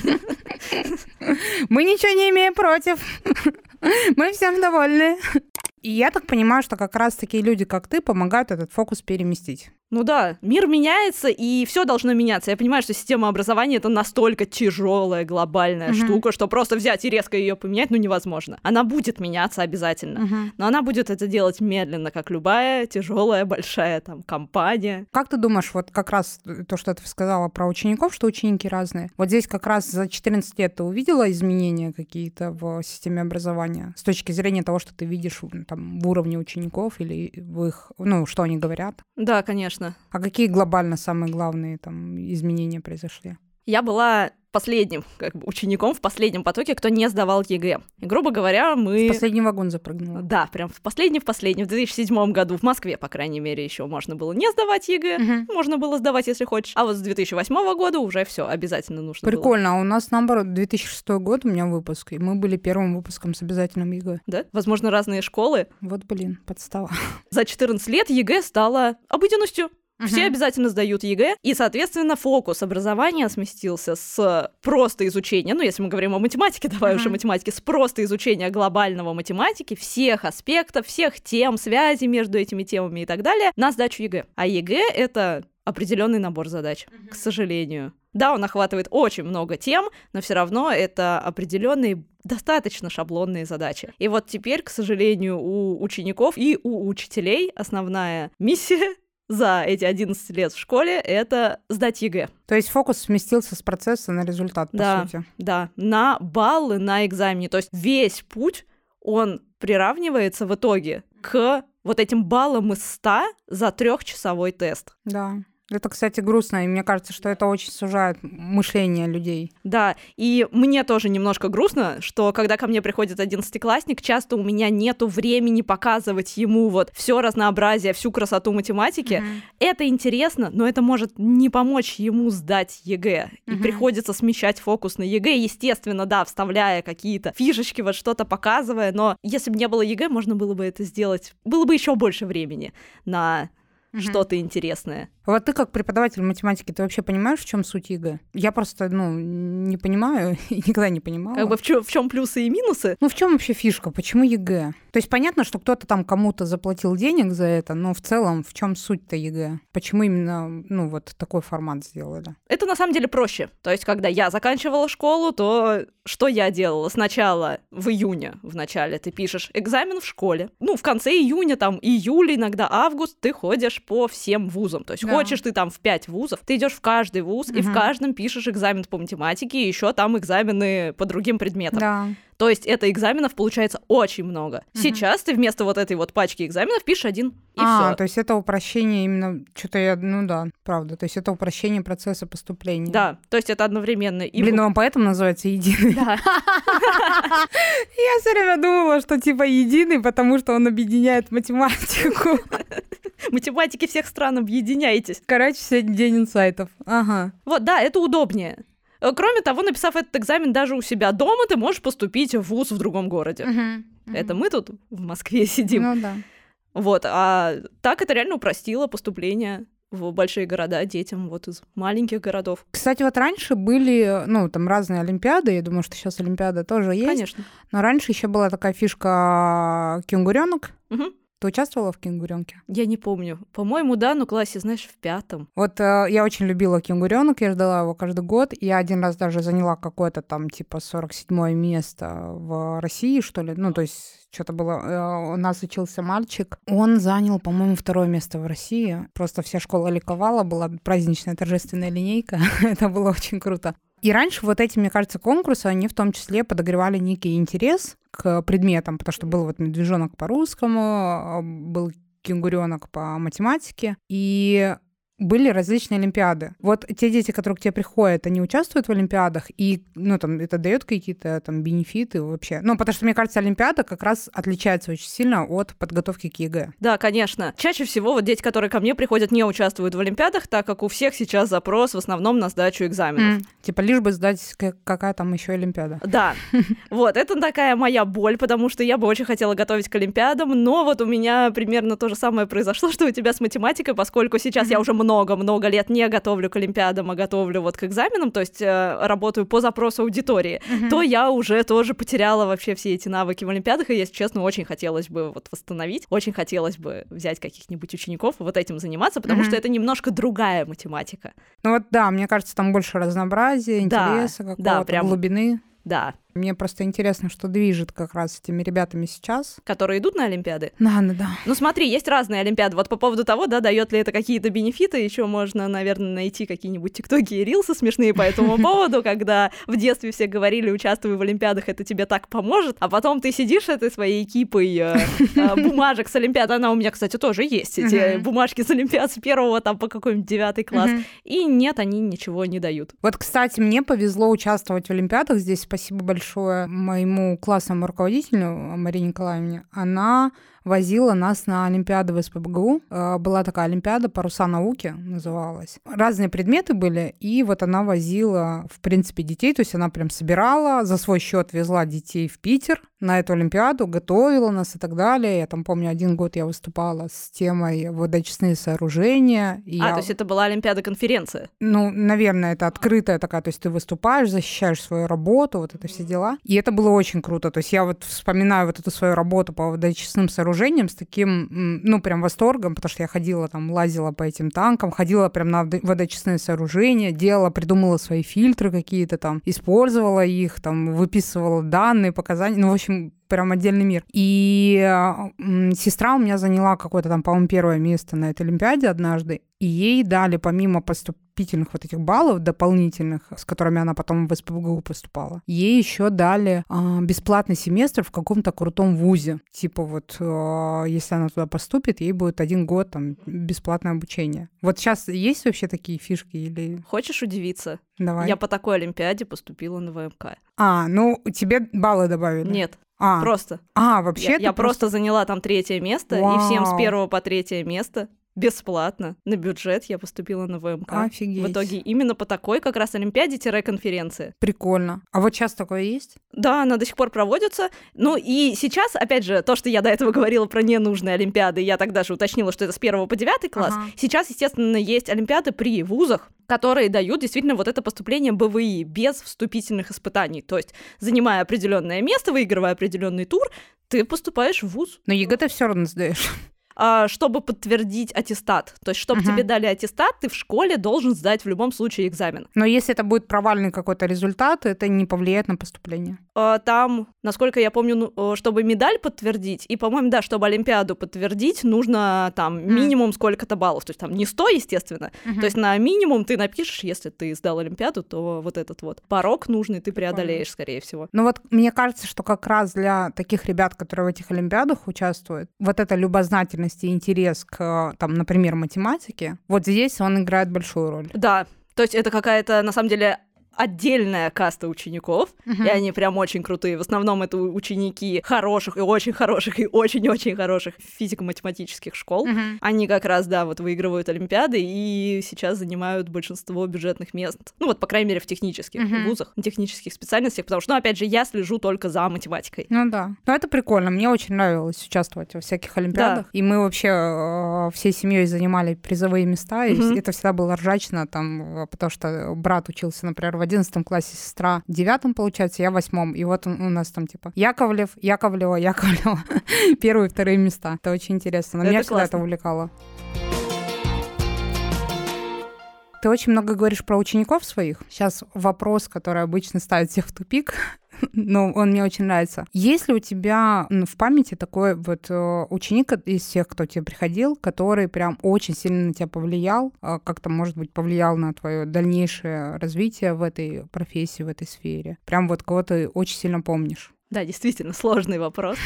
Мы ничего не имеем против. Мы всем довольны. И я так понимаю, что как раз такие люди, как ты, помогают этот фокус переместить. Ну да, мир меняется, и все должно меняться. Я понимаю, что система образования — это настолько тяжелая глобальная штука, что просто взять и резко ее поменять, невозможно. Она будет меняться обязательно, но она будет это делать медленно, как любая тяжелая большая там компания. Как ты думаешь, вот как раз то, что ты сказала про учеников, что ученики разные, вот здесь как раз за 14 лет ты увидела изменения какие-то в системе образования с точки зрения того, что ты видишь там в уровне учеников или в их, что они говорят? Да, конечно. А какие глобально самые главные там изменения произошли? Я была последним учеником в последнем потоке, кто не сдавал ЕГЭ. И, грубо говоря, мы... В последний вагон запрыгнула. Да, прям в последний, в 2007 году в Москве, по крайней мере, еще можно было не сдавать ЕГЭ, можно было сдавать, если хочешь. А вот с 2008 года уже все обязательно нужно было. Прикольно, а у нас, наоборот, 2006 год у меня выпуск, и мы были первым выпуском с обязательным ЕГЭ. Да? Возможно, разные школы. Вот, подстава. За 14 лет ЕГЭ стало обыденностью. Все обязательно сдают ЕГЭ, и, соответственно, фокус образования сместился с просто изучения, если мы говорим о математике, давай уже математике, с просто изучения глобального математики, всех аспектов, всех тем, связи между этими темами и так далее, на сдачу ЕГЭ. А ЕГЭ — это определенный набор задач, к сожалению. Да, он охватывает очень много тем, но все равно это определенные достаточно шаблонные задачи. И вот теперь, к сожалению, у учеников и у учителей основная миссия за эти 11 лет в школе — это сдать ЕГЭ. То есть фокус сместился с процесса на результат, по сути. Да, на баллы на экзамене. То есть весь путь, он приравнивается в итоге к вот этим баллом из 100 за 3-часовой тест. Да. Это, кстати, грустно, и мне кажется, что это очень сужает мышление людей. Да, и мне тоже немножко грустно, что когда ко мне приходит 11-классник, часто у меня нету времени показывать ему вот все разнообразие, всю красоту математики. Это интересно, но это может не помочь ему сдать ЕГЭ. И приходится смещать фокус на ЕГЭ, естественно, да, вставляя какие-то фишечки, вот что-то показывая, но если бы не было ЕГЭ, можно было бы это сделать. Было бы еще больше времени на что-то интересное. Вот ты как преподаватель математики, ты вообще понимаешь, в чем суть ЕГЭ? Я просто, не понимаю и никогда не понимала. Как бы в чем плюсы и минусы? В чем вообще фишка? Почему ЕГЭ? То есть понятно, что кто-то там кому-то заплатил денег за это, но в целом в чем суть-то ЕГЭ? Почему именно, вот такой формат сделали? Это на самом деле проще. То есть когда я заканчивала школу, то что я делала? Сначала в июне, в начале, ты пишешь экзамен в школе. В конце июня, там, июль, иногда август, ты ходишь по всем вузам. То есть хочешь ты там в 5 вузов, ты идешь в каждый вуз и в каждом пишешь экзамен по математике, и еще там экзамены по другим предметам. Да. То есть это экзаменов получается очень много. Сейчас ты вместо вот этой вот пачки экзаменов пишешь один, и все. То есть это упрощение именно, правда. То есть это упрощение процесса поступления. Да, то есть это одновременно. Блин, он поэтому называется единый? Да. Я все время думала, что типа единый, потому что он объединяет математику. Математики всех стран, объединяйтесь. Короче, сегодня день инсайтов. Ага. Вот, да, это удобнее. Кроме того, написав этот экзамен даже у себя дома, ты можешь поступить в вуз в другом городе. Это мы тут в Москве сидим. Ну да. Вот, а так это реально упростило поступление в большие города детям вот из маленьких городов. Кстати, вот раньше были, там разные олимпиады, я думаю, что сейчас олимпиада тоже есть. Конечно. Но раньше еще была такая фишка кенгуренок. Угу. Ты участвовала в кенгуренке? Я не помню. По-моему, да, но в классе, знаешь, в 5. Вот я очень любила кенгуренок, я ждала его каждый год. Я один раз даже заняла какое-то там типа 47-е место в России, что ли. То есть что-то было. У нас учился мальчик. Он занял, по-моему, 2-е место в России. Просто вся школа ликовала, была праздничная торжественная линейка. Это было очень круто. И раньше вот эти, мне кажется, конкурсы, они в том числе подогревали некий интерес к предметам, потому что был вот медвежонок по русскому, был кенгуренок по математике, и были различные олимпиады. Вот те дети, которые к тебе приходят, они участвуют в олимпиадах, и, это дает какие-то там бенефиты вообще. Потому что, мне кажется, олимпиада как раз отличается очень сильно от подготовки к ЕГЭ. Да, конечно. Чаще всего вот дети, которые ко мне приходят, не участвуют в олимпиадах, так как у всех сейчас запрос в основном на сдачу экзаменов. Типа лишь бы сдать, какая там еще олимпиада. Да. Вот, это такая моя боль, потому что я бы очень хотела готовить к олимпиадам, но вот у меня примерно то же самое произошло, что у тебя с математикой, поскольку сейчас я уже много-много лет не готовлю к олимпиадам, а готовлю вот к экзаменам, то есть работаю по запросу аудитории, то я уже тоже потеряла вообще все эти навыки в олимпиадах, и, если честно, очень хотелось бы вот восстановить, очень хотелось бы взять каких-нибудь учеников и вот этим заниматься, потому что это немножко другая математика. Мне кажется, там больше разнообразия, интереса, какого-то глубины. Да. Мне просто интересно, что движет как раз этими ребятами сейчас. Которые идут на олимпиады? Да. Смотри, есть разные олимпиады. Вот по поводу того, дает ли это какие-то бенефиты, еще можно, наверное, найти какие-нибудь тиктоки и рилсы смешные по этому поводу, когда в детстве все говорили, участвуй в олимпиадах, это тебе так поможет, а потом ты сидишь этой своей кипой бумажек с олимпиад. Она у меня, кстати, тоже есть, эти бумажки с олимпиад с 1 там по какой-нибудь 9 класс. И нет, они ничего не дают. Вот, кстати, мне повезло участвовать в олимпиадах. Здесь спасибо большое моему классному руководителю Марине Николаевне. Она возила нас на олимпиаду в СПбГУ. Была такая олимпиада «Паруса науки» называлась. Разные предметы были, и вот она возила, в принципе, детей, то есть она прям собирала, за свой счет везла детей в Питер на эту олимпиаду, готовила нас и так далее. Я там помню, 1 год я выступала с темой водоочистные сооружения. То есть это была олимпиада-конференция? Наверное, это открытая такая, то есть ты выступаешь, защищаешь свою работу, вот это все дела. И это было очень круто. То есть я вот вспоминаю вот эту свою работу по водоочистным сооружениям с таким, прям восторгом, потому что я ходила там, лазила по этим танкам, ходила прям на водоочистные сооружения, придумала свои фильтры какие-то там, использовала их, там, выписывала данные, показания. В общем, прям отдельный мир. И сестра у меня заняла какое-то там, по-моему, первое место на этой Олимпиаде однажды, и ей дали помимо поступительных вот этих баллов дополнительных, с которыми она потом в СПбГУ поступала, ей еще дали бесплатный семестр в каком-то крутом вузе. Типа вот, если она туда поступит, ей будет 1 год там бесплатное обучение. Вот сейчас есть вообще такие фишки или... Хочешь удивиться? Давай. Я по такой Олимпиаде поступила на ВМК. Ну, тебе баллы добавили? Нет. А. Просто. Вообще? Я просто заняла там 3-е место, Вау. и всем с 1 по 3 место бесплатно на бюджет я поступила на ВМК. Офигеть. В итоге именно по такой как раз Олимпиаде-конференции. Прикольно. А вот сейчас такое есть? Да, она до сих пор проводится. Ну и сейчас, опять же, то, что я до этого говорила про ненужные Олимпиады, я тогда же уточнила, что это с 1 по 9 класс. Ага. Сейчас, естественно, есть Олимпиады при вузах, которые дают действительно вот это поступление БВИ без вступительных испытаний. То есть, занимая определенное место, выигрывая определенный тур, ты поступаешь в вуз. Но ЕГЭ ты все равно сдаешь. Чтобы подтвердить аттестат. То есть, чтобы тебе дали аттестат, ты в школе должен сдать в любом случае экзамен. Но если это будет провальный какой-то результат, это не повлияет на поступление. Там, насколько я помню, чтобы медаль подтвердить, и, по-моему, да, чтобы Олимпиаду подтвердить, нужно там минимум сколько-то баллов. То есть там не 100, естественно. То есть на минимум ты напишешь, если ты сдал Олимпиаду, то вот этот вот порог нужный ты преодолеешь, скорее всего. Ну вот мне кажется, что как раз для таких ребят, которые в этих Олимпиадах участвуют, вот эта любознательность и интерес к, там, например, математике, вот здесь он играет большую роль. Да, то есть это какая-то, на самом деле, отдельная каста учеников, и они прям очень крутые. В основном это ученики хороших и очень очень-очень хороших физико-математических школ. Они как раз, да, вот выигрывают Олимпиады и сейчас занимают большинство бюджетных мест. Ну вот, по крайней мере, в технических вузах, в технических специальностях, потому что, ну, опять же, я слежу только за математикой. Ну да. Но это прикольно. Мне очень нравилось участвовать во всяких Олимпиадах. Да. И мы вообще всей семьей занимали призовые места, и это всегда было ржачно, там, потому что брат учился, например, в 11 классе, сестра в 9, получается, я в 8. И вот у нас там типа Яковлева, 1-2 места. Это очень интересно. Но меня всегда это увлекало. Ты очень много говоришь про учеников своих. Сейчас вопрос, который обычно ставит всех в тупик, но он мне очень нравится. Есть ли у тебя в памяти такой вот ученик из всех, кто тебе приходил, который прям очень сильно на тебя повлиял, как-то, может быть, повлиял на твое дальнейшее развитие в этой профессии, в этой сфере? Прям вот кого ты очень сильно помнишь? Да, действительно, сложный вопрос.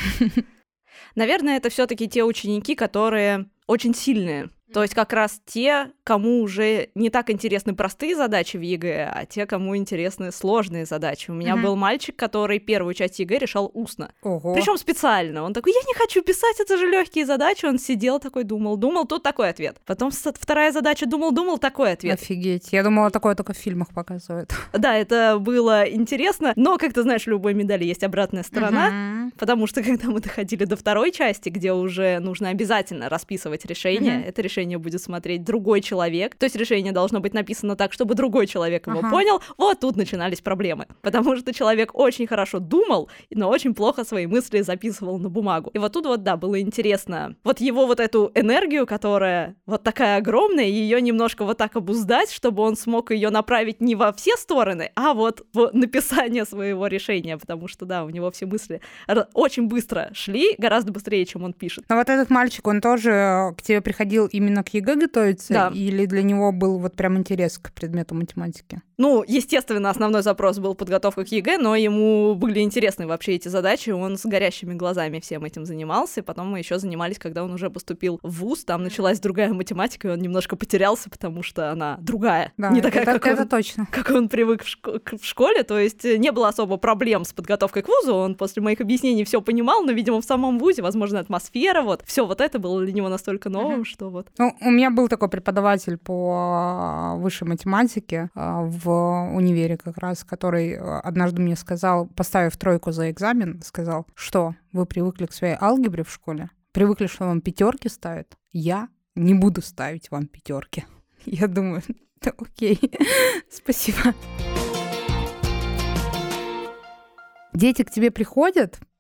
Наверное, это все-таки те ученики, которые очень сильные. То есть как раз те, кому уже не так интересны простые задачи в ЕГЭ, а те, кому интересны сложные задачи. У меня был мальчик, который первую часть ЕГЭ решал устно. Причем специально. Он такой: я не хочу писать, это же легкие задачи. Он сидел такой, думал, тут такой ответ. Потом вторая задача, думал, такой ответ. Офигеть. Я думала, такое только в фильмах показывают. Да, это было интересно, но, как ты знаешь, в любой медали есть обратная сторона, потому что когда мы доходили до второй части, где уже нужно обязательно расписывать решение, это решение будет смотреть другой человек, то есть решение должно быть написано так, чтобы другой человек его понял, вот тут начинались проблемы, потому что человек очень хорошо думал, но очень плохо свои мысли записывал на бумагу. И вот тут вот, да, было интересно вот его вот эту энергию, которая вот такая огромная, ее немножко вот так обуздать, чтобы он смог ее направить не во все стороны, а вот в написание своего решения, потому что, да, у него все мысли очень быстро шли, гораздо быстрее, чем он пишет. Но вот этот мальчик, он тоже к тебе приходил именно к ЕГЭ готовиться? Да. Или для него был вот прям интерес к предмету математики? Ну, естественно, основной запрос был подготовка к ЕГЭ, но ему были интересны вообще эти задачи, он с горящими глазами всем этим занимался, потом мы еще занимались, когда он уже поступил в вуз, там началась другая математика, и он немножко потерялся, потому что она другая, да, не такая, как он привык в школе, то есть не было особо проблем с подготовкой к вузу, он после моих объяснений все понимал, но, видимо, в самом вузе, возможно, атмосфера, вот, все вот это было для него настолько новым, что вот. Ну, у меня был такой преподаватель по высшей математике в универе как раз, который однажды мне сказал, поставив 3 за экзамен, сказал: что, вы привыкли к своей алгебре в школе? Привыкли, что вам 5 ставят? Я не буду ставить вам 5. Я думаю, да, окей, спасибо. Дети к тебе приходят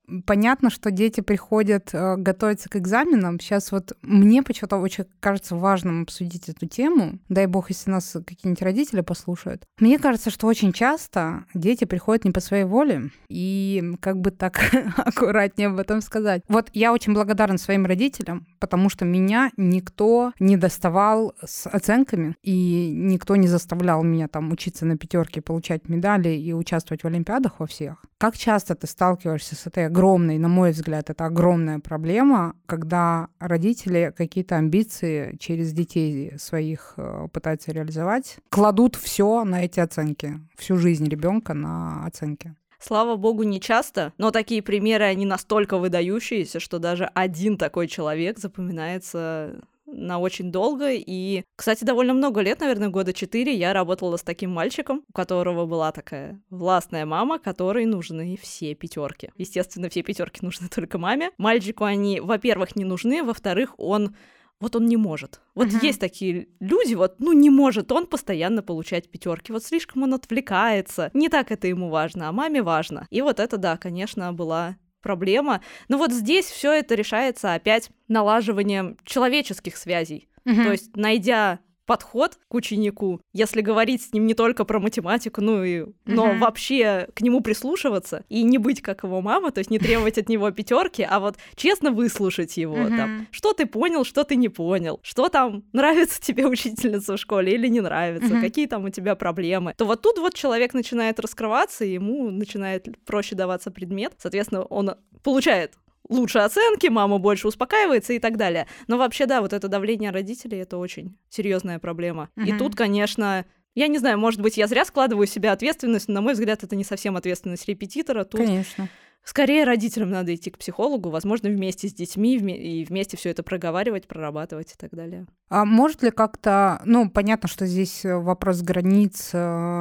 Понятно, что дети приходят готовиться к экзаменам. Сейчас вот мне почему-то очень кажется важным обсудить эту тему. Дай бог, если нас какие-нибудь родители послушают. Мне кажется, что очень часто дети приходят не по своей воле. И как бы так аккуратнее об этом сказать. Вот я очень благодарна своим родителям, потому что меня никто не доставал с оценками, и никто не заставлял меня там учиться на пятерке, получать медали и участвовать в олимпиадах во всех. Как часто ты сталкиваешься с этой огромной, на мой взгляд, это огромная проблема, когда родители какие-то амбиции через детей своих пытаются реализовать, кладут все на эти оценки, всю жизнь ребенка на оценки. Слава богу, не часто, но такие примеры, они настолько выдающиеся, что даже один такой человек запоминается на очень долго. И, кстати, довольно много лет, наверное, 4 года, я работала с таким мальчиком, у которого была такая властная мама, которой нужны все пятерки. Естественно, все пятерки нужны только маме. Мальчику они, во-первых, не нужны, во-вторых, он не может. Есть такие люди, не может он постоянно получать пятерки. Слишком он отвлекается. Не так это ему важно, а маме важно. И это, да, конечно, была проблема. Но здесь все это решается опять налаживанием человеческих связей. То есть, найдя подход к ученику, если говорить с ним не только про математику, но вообще к нему прислушиваться и не быть как его мама, то есть не требовать от него пятерки, а честно выслушать его, там, что ты понял, что ты не понял, что там нравится тебе учительница в школе или не нравится, какие там у тебя проблемы, то тут человек начинает раскрываться, и ему начинает проще даваться предмет, соответственно, он получает лучше оценки, мама больше успокаивается и так далее. Но вообще, да, это давление родителей — это очень серьезная проблема. И тут, конечно, я не знаю, может быть, я зря складываю в себя ответственность, но, на мой взгляд, это не совсем ответственность репетитора. Тут конечно. Скорее родителям надо идти к психологу, возможно, вместе с детьми, и вместе все это проговаривать, прорабатывать и так далее. А может ли как-то, понятно, что здесь вопрос границ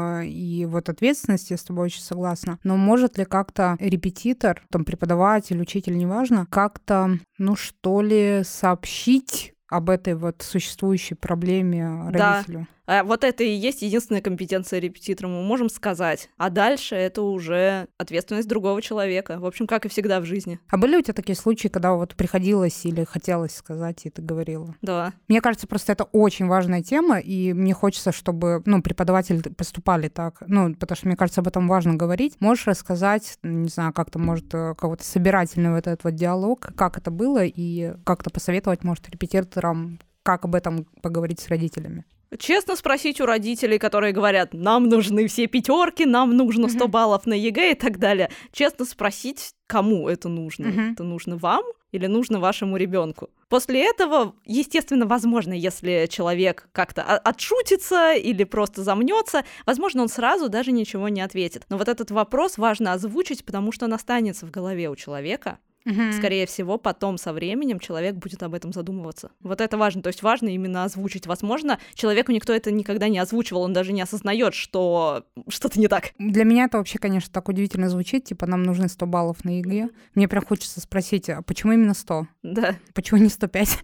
и ответственности, я с тобой очень согласна, но может ли как-то репетитор, преподаватель, учитель, неважно, как-то, что ли, сообщить об этой существующей проблеме родителю? Да. Это и есть единственная компетенция репетитора, мы можем сказать. А дальше это уже ответственность другого человека. В общем, как и всегда в жизни. А были у тебя такие случаи, когда приходилось или хотелось сказать, и ты говорила? Да. Мне кажется, просто это очень важная тема, и мне хочется, чтобы преподаватели поступали так. Потому что, мне кажется, об этом важно говорить. Можешь рассказать, не знаю, как-то, может, кого-то собирательный этот диалог, как это было, и как-то посоветовать, может, репетиторам, как об этом поговорить с родителями? Честно спросить у родителей, которые говорят, нам нужны все пятерки, нам нужно 100 баллов на ЕГЭ и так далее. Честно спросить, кому это нужно. Это нужно вам или нужно вашему ребенку? После этого, естественно, возможно, если человек как-то отшутится или просто замнется, возможно, он сразу даже ничего не ответит. Но этот вопрос важно озвучить, потому что он останется в голове у человека. Скорее всего, потом со временем человек будет об этом задумываться. Это важно. То есть важно именно озвучить. Возможно, человеку никто это никогда не озвучивал, он даже не осознает, что что-то не так. Для меня это вообще, конечно, так удивительно звучит. Нам нужны 100 баллов на ЕГЭ. Мне прям хочется спросить, а почему именно 100? Да. Почему не 105?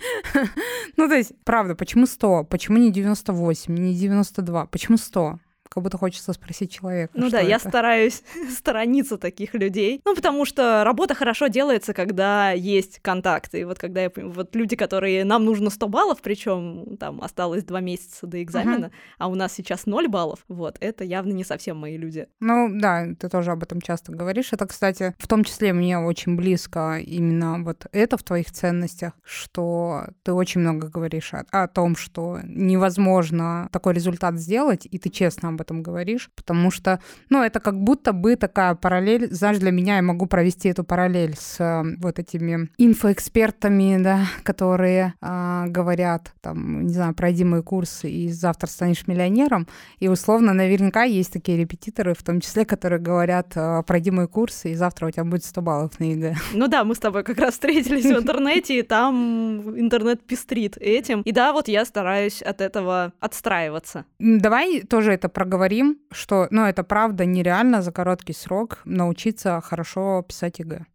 То есть, правда, почему 100? Почему не 98, не 92? Почему 100? Как будто хочется спросить человека. Я стараюсь сторониться таких людей. Потому что работа хорошо делается, когда есть контакт. И когда люди, которые нам нужно 100 баллов, причем там осталось 2 месяца до экзамена, а у нас сейчас 0 баллов, это явно не совсем мои люди. Да, ты тоже об этом часто говоришь. Это, кстати, в том числе мне очень близко именно это в твоих ценностях, что ты очень много говоришь о том, что невозможно такой результат сделать, и ты честно об этом говоришь, потому что, это как будто бы такая параллель, знаешь, для меня я могу провести эту параллель с этими инфоэкспертами, да, которые говорят, не знаю, пройди мой курс и завтра станешь миллионером, и условно наверняка есть такие репетиторы, в том числе, которые говорят, пройди мой курс и завтра у тебя будет 100 баллов на ЕГЭ. Мы с тобой как раз встретились в интернете, и там интернет пестрит этим, и да, я стараюсь от этого отстраиваться. Давай тоже это проговорим, что, это правда нереально за короткий срок научиться хорошо писать ЕГЭ.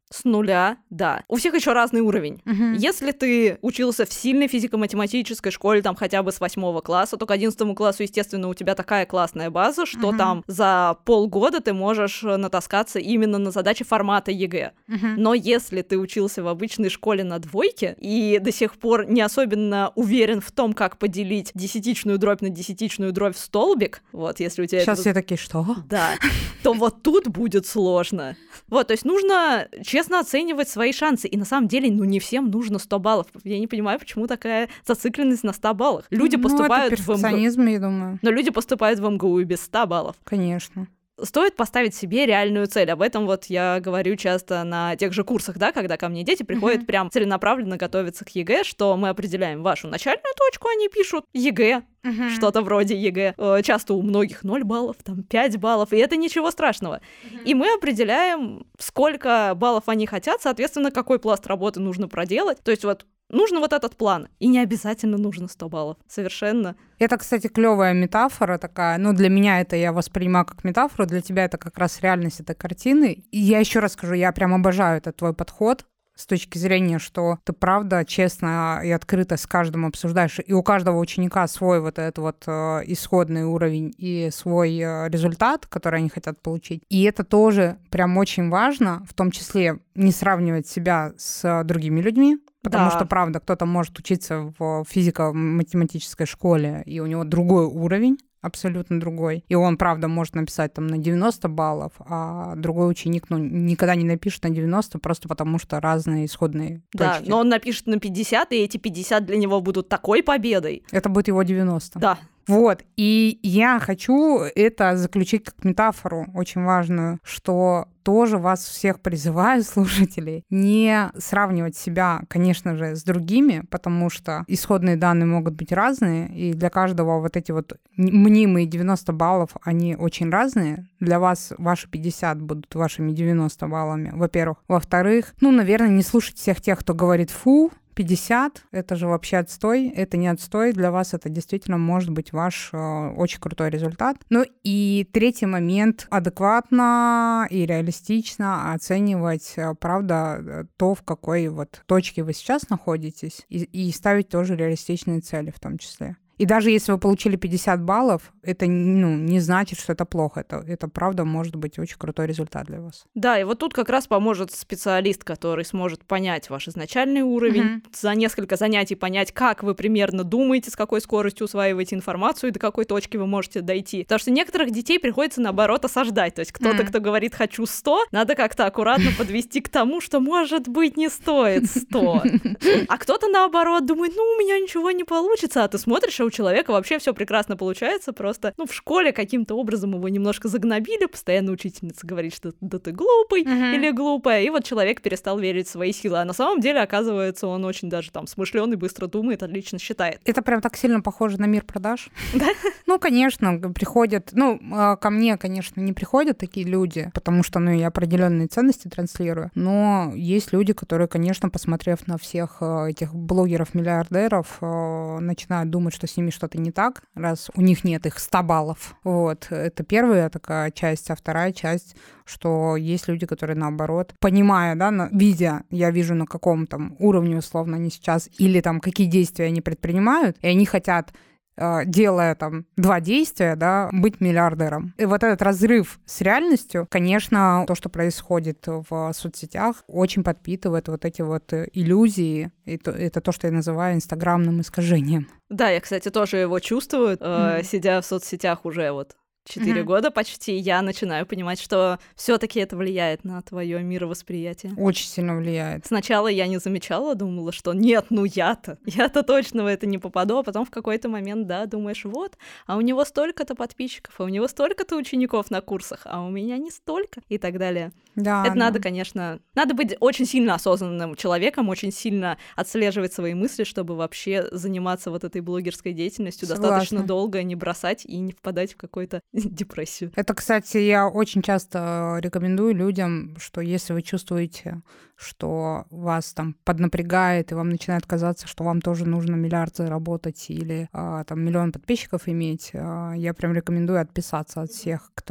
С нуля, да. У всех еще разный уровень. Если ты учился в сильной физико-математической школе, там хотя бы с 8 класса, то к 11 классу, естественно, у тебя такая классная база, что там за полгода ты можешь натаскаться именно на задачи формата ЕГЭ. Но если ты учился в обычной школе на двойке и до сих пор не особенно уверен в том, как поделить десятичную дробь на десятичную дробь в столбик, вот, если у тебя... Сейчас все такие, что? Да, то вот тут будет сложно. Вот, то есть нужно честно оценивать свои шансы. И на самом деле, не всем нужно 100 баллов. Я не понимаю, почему такая зацикленность на 100 баллах. Люди поступают это перфекционизм, я думаю. Но люди поступают в МГУ и без 100 баллов. Конечно. Стоит поставить себе реальную цель. Об этом вот я говорю часто на тех же курсах, да, когда ко мне дети приходят прям целенаправленно готовиться к ЕГЭ, что мы определяем вашу начальную точку, они пишут ЕГЭ, что-то вроде ЕГЭ. Часто у многих 0 баллов, там 5 баллов, и это ничего страшного. И мы определяем, сколько баллов они хотят, соответственно, какой пласт работы нужно проделать. То есть вот нужно вот этот план, и не обязательно нужно 100 баллов. Совершенно. Это, кстати, клевая метафора такая. Ну, для меня это я воспринимаю как метафору, для тебя это как раз реальность этой картины. И я еще раз скажу, я прям обожаю этот твой подход с точки зрения, что ты правда честно и открыто с каждым обсуждаешь, и у каждого ученика свой вот этот вот исходный уровень и свой результат, который они хотят получить. И это тоже прям очень важно, в том числе не сравнивать себя с другими людьми, потому что, правда, кто-то может учиться в физико-математической школе, и у него другой уровень, абсолютно другой. И он, правда, может написать там на 90 баллов, а другой ученик, никогда не напишет на 90, просто потому что разные исходные точки. Да, но он напишет на 50, и эти 50 для него будут такой победой. Это будет его 90. Да. Вот, и я хочу это заключить как метафору очень важную, что тоже вас всех призываю, слушателей, не сравнивать себя, конечно же, с другими, потому что исходные данные могут быть разные, и для каждого вот эти вот мнимые 90 баллов, они очень разные. Для вас ваши 50 будут вашими 90 баллами, во-первых. Во-вторых, наверное, не слушать всех тех, кто говорит «фу», 50, это же вообще отстой, это не отстой, для вас это действительно может быть ваш очень крутой результат. Ну и третий момент, адекватно и реалистично оценивать, правда, то, в какой вот точке вы сейчас находитесь, и ставить тоже реалистичные цели в том числе. И даже если вы получили 50 баллов, это не значит, что это плохо. Это правда может быть очень крутой результат для вас. Да, и вот тут как раз поможет специалист, который сможет понять ваш изначальный уровень, за несколько занятий понять, как вы примерно думаете, с какой скоростью усваиваете информацию и до какой точки вы можете дойти. Потому что некоторых детей приходится, наоборот, осаждать. То есть кто-то, кто говорит «хочу 100», надо как-то аккуратно подвести к тому, что, может быть, не стоит 100. А кто-то, наоборот, думает, у меня ничего не получится, а ты смотришь, а у человека вообще все прекрасно получается, просто, в школе каким-то образом его немножко загнобили, постоянно учительница говорит, что да ты глупый или глупая, и вот человек перестал верить в свои силы, а на самом деле, оказывается, он очень даже там смышленый, быстро думает, отлично считает. Это прям так сильно похоже на мир продаж. Да? Конечно, приходят, ко мне, конечно, не приходят такие люди, потому что, я определенные ценности транслирую, но есть люди, которые, конечно, посмотрев на всех этих блогеров-миллиардеров, начинают думать, что с ними что-то не так, раз у них нет их 100 баллов. Вот. Это первая такая часть. А вторая часть, что есть люди, которые, наоборот, понимая, видя, я вижу, на каком там уровне, условно, они сейчас, или там какие действия они предпринимают, и они хотят, делая там 2 действия, быть миллиардером. И вот этот разрыв с реальностью, конечно, то, что происходит в соцсетях, очень подпитывает вот эти вот иллюзии. И это то, что я называю инстаграмным искажением. Да, я, кстати, тоже его чувствую, сидя в соцсетях уже 4 года почти, я начинаю понимать, что все-таки это влияет на твое мировосприятие. Очень сильно влияет. Сначала я не замечала, думала, что нет, я-то точно в это не попаду, а потом в какой-то момент, думаешь, а у него столько-то подписчиков, а у него столько-то учеников на курсах, а у меня не столько, и так далее. Да, это надо, конечно, надо быть очень сильно осознанным человеком, очень сильно отслеживать свои мысли, чтобы вообще заниматься вот этой блогерской деятельностью достаточно долго, не бросать и не впадать в какой-то депрессию. Это, кстати, я очень часто рекомендую людям, что если вы чувствуете, что вас там поднапрягает, и вам начинает казаться, что вам тоже нужно миллиард заработать или там 1 миллион подписчиков иметь, я прям рекомендую отписаться от всех, кто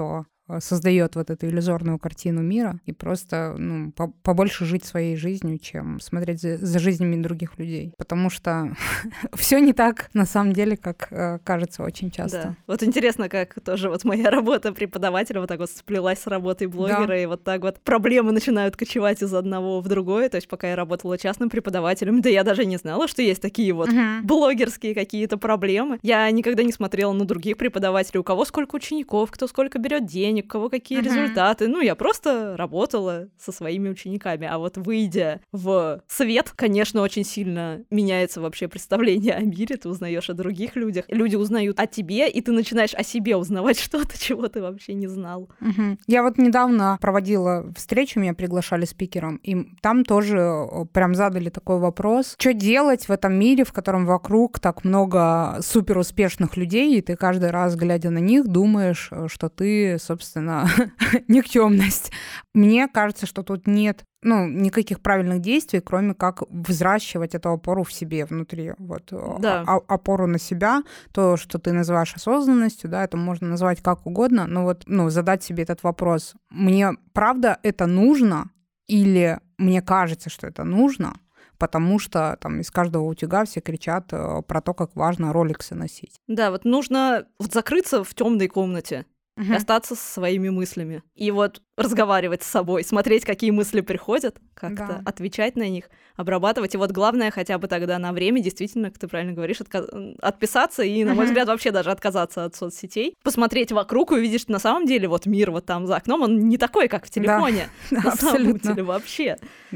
создает вот эту иллюзорную картину мира, и просто побольше жить своей жизнью, чем смотреть за жизнями других людей. Потому что все не так, на самом деле, как кажется очень часто. Да. Вот интересно, как тоже вот моя работа преподавателя вот так вот сплелась с работой блогера, и вот так вот проблемы начинают кочевать из одного в другое. То есть пока я работала частным преподавателем, да я даже не знала, что есть такие вот блогерские какие-то проблемы. Я никогда не смотрела на других преподавателей, у кого сколько учеников, кто сколько берет денег, у кого какие результаты. Я просто работала со своими учениками. А вот выйдя в свет, конечно, очень сильно меняется вообще представление о мире, ты узнаешь о других людях, люди узнают о тебе, и ты начинаешь о себе узнавать что-то, чего ты вообще не знал. Я вот недавно проводила встречу, меня приглашали спикером, и там тоже прям задали такой вопрос, что делать в этом мире, в котором вокруг так много суперуспешных людей, и ты каждый раз, глядя на них, думаешь, что ты, собственно, никчемность. Мне кажется, что тут нет никаких правильных действий, кроме как взращивать эту опору в себе внутри. Вот. Да. Опору на себя, то, что ты называешь осознанностью, да, это можно назвать как угодно, но задать себе этот вопрос. Мне правда это нужно или мне кажется, что это нужно? Потому что там из каждого утюга все кричат про то, как важно роликсы носить. Да, вот нужно закрыться в темной комнате и остаться со своими мыслями. И вот разговаривать с собой, смотреть, какие мысли приходят, как-то отвечать на них, обрабатывать. И вот главное хотя бы тогда на время, действительно, как ты правильно говоришь, отписаться и, на мой взгляд, вообще даже отказаться от соцсетей. Посмотреть вокруг и увидеть, что на самом деле вот мир вот там за окном, он не такой, как в телефоне. На самом деле вообще.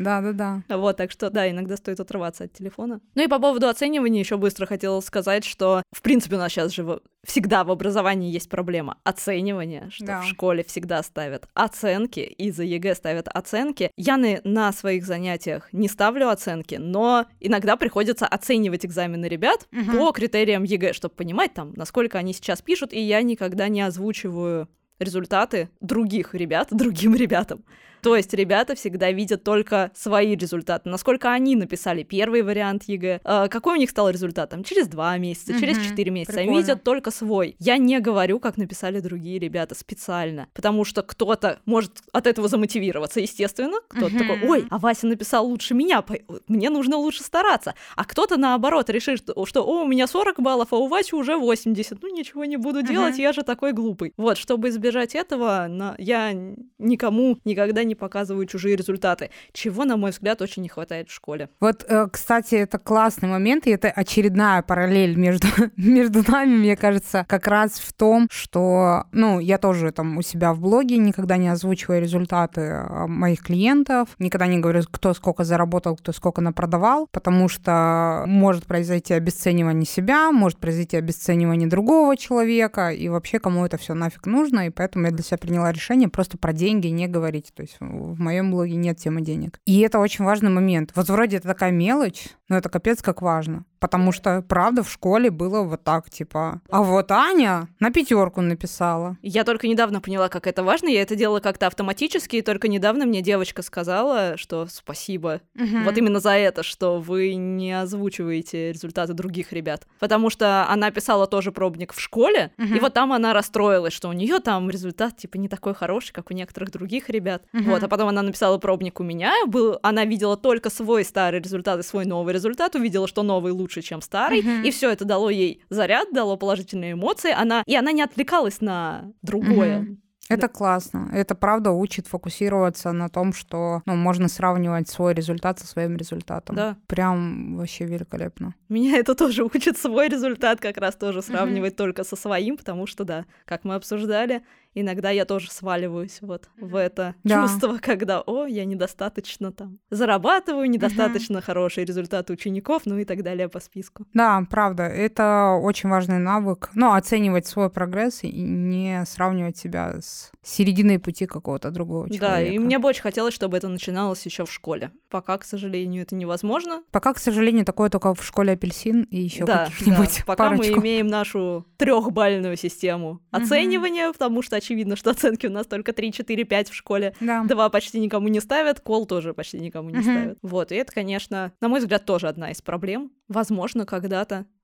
Да. Вот, так что, да, иногда стоит отрываться от телефона. И по поводу оценивания еще быстро хотела сказать, что, в принципе, у нас сейчас же всегда в образовании есть проблема оценивания, что в школе всегда ставят оценки, и за ЕГЭ ставят оценки. Я на своих занятиях не ставлю оценки, но иногда приходится оценивать экзамены ребят по критериям ЕГЭ, чтобы понимать, там, насколько они сейчас пишут, и я никогда не озвучиваю результаты других ребят другим ребятам. То есть ребята всегда видят только свои результаты, насколько они написали первый вариант ЕГЭ, какой у них стал результат там, через 2 месяца, через 4 месяца. Прикольно. Они видят только свой. Я не говорю, как написали другие ребята специально, потому что кто-то может от этого замотивироваться, естественно. Кто-то такой, ой, а Вася написал лучше меня, мне нужно лучше стараться. А кто-то, наоборот, решит, что у меня 40 баллов, а у Васи уже 80. Ничего не буду делать, я же такой глупый. Вот, чтобы избежать этого, я никому никогда не показываю чужие результаты, чего, на мой взгляд, очень не хватает в школе. Вот, кстати, это классный момент, и это очередная параллель между нами, мне кажется, как раз в том, что, я тоже там у себя в блоге никогда не озвучиваю результаты моих клиентов, никогда не говорю, кто сколько заработал, кто сколько напродавал, потому что может произойти обесценивание себя, может произойти обесценивание другого человека, и вообще кому это все нафиг нужно, и поэтому я для себя приняла решение просто про деньги не говорить, то есть в моем блоге нет темы денег. И это очень важный момент. Вот вроде это такая мелочь, но это капец как важно. Потому что, правда, в школе было вот так, типа, а вот Аня на 5 написала. Я только недавно поняла, как это важно. Я это делала как-то автоматически, и только недавно мне девочка сказала, что спасибо. Вот именно за это, что вы не озвучиваете результаты других ребят. Потому что она писала тоже пробник в школе, и вот там она расстроилась, что у нее там результат, типа, не такой хороший, как у некоторых других ребят. Вот, а потом она написала пробник у меня, она видела только свой старый результат и свой новый результат, увидела, что новый лучше, чем старый, и все это дало ей заряд, дало положительные эмоции, она не отвлекалась на другое. Это классно. Это правда учит фокусироваться на том, что можно сравнивать свой результат со своим результатом. Да. Прям вообще великолепно. Меня это тоже учит свой результат как раз тоже сравнивать только со своим, потому что, да, как мы обсуждали, иногда я тоже сваливаюсь вот в это чувство, когда, я недостаточно там зарабатываю, недостаточно хорошие результаты учеников, и так далее по списку. Да, правда, это очень важный навык. Оценивать свой прогресс и не сравнивать себя с серединой пути какого-то другого человека. Да, и мне бы очень хотелось, чтобы это начиналось еще в школе. Пока, к сожалению, это невозможно. Пока, к сожалению, такое только в школе «Апельсин» и еще каких-нибудь пока парочку. Мы имеем нашу 3-бальную систему оценивания, потому что очевидно, что оценки у нас только 3, 4, 5 в школе. Да. 2 почти никому не ставят, кол тоже почти никому не ставят. Вот, и это, конечно, на мой взгляд, тоже одна из проблем. Возможно, когда-то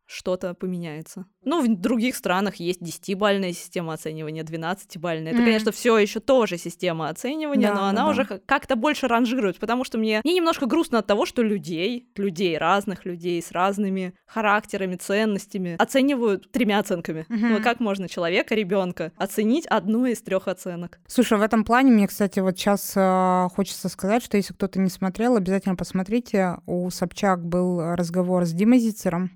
что-то поменяется. Ну, в других странах есть 10-бальная система оценивания, 12-бальная. Это, конечно, все еще тоже система оценивания, но она уже как-то больше ранжирует, потому что мне немножко грустно от того, что людей, разных людей с разными характерами, ценностями оценивают 3 оценками. Ну, как можно человека, ребенка оценить одну из 3 оценок? Слушай, в этом плане мне, кстати, вот сейчас хочется сказать, что если кто-то не смотрел, обязательно посмотрите. У Собчак был разговор с Димой Зицером,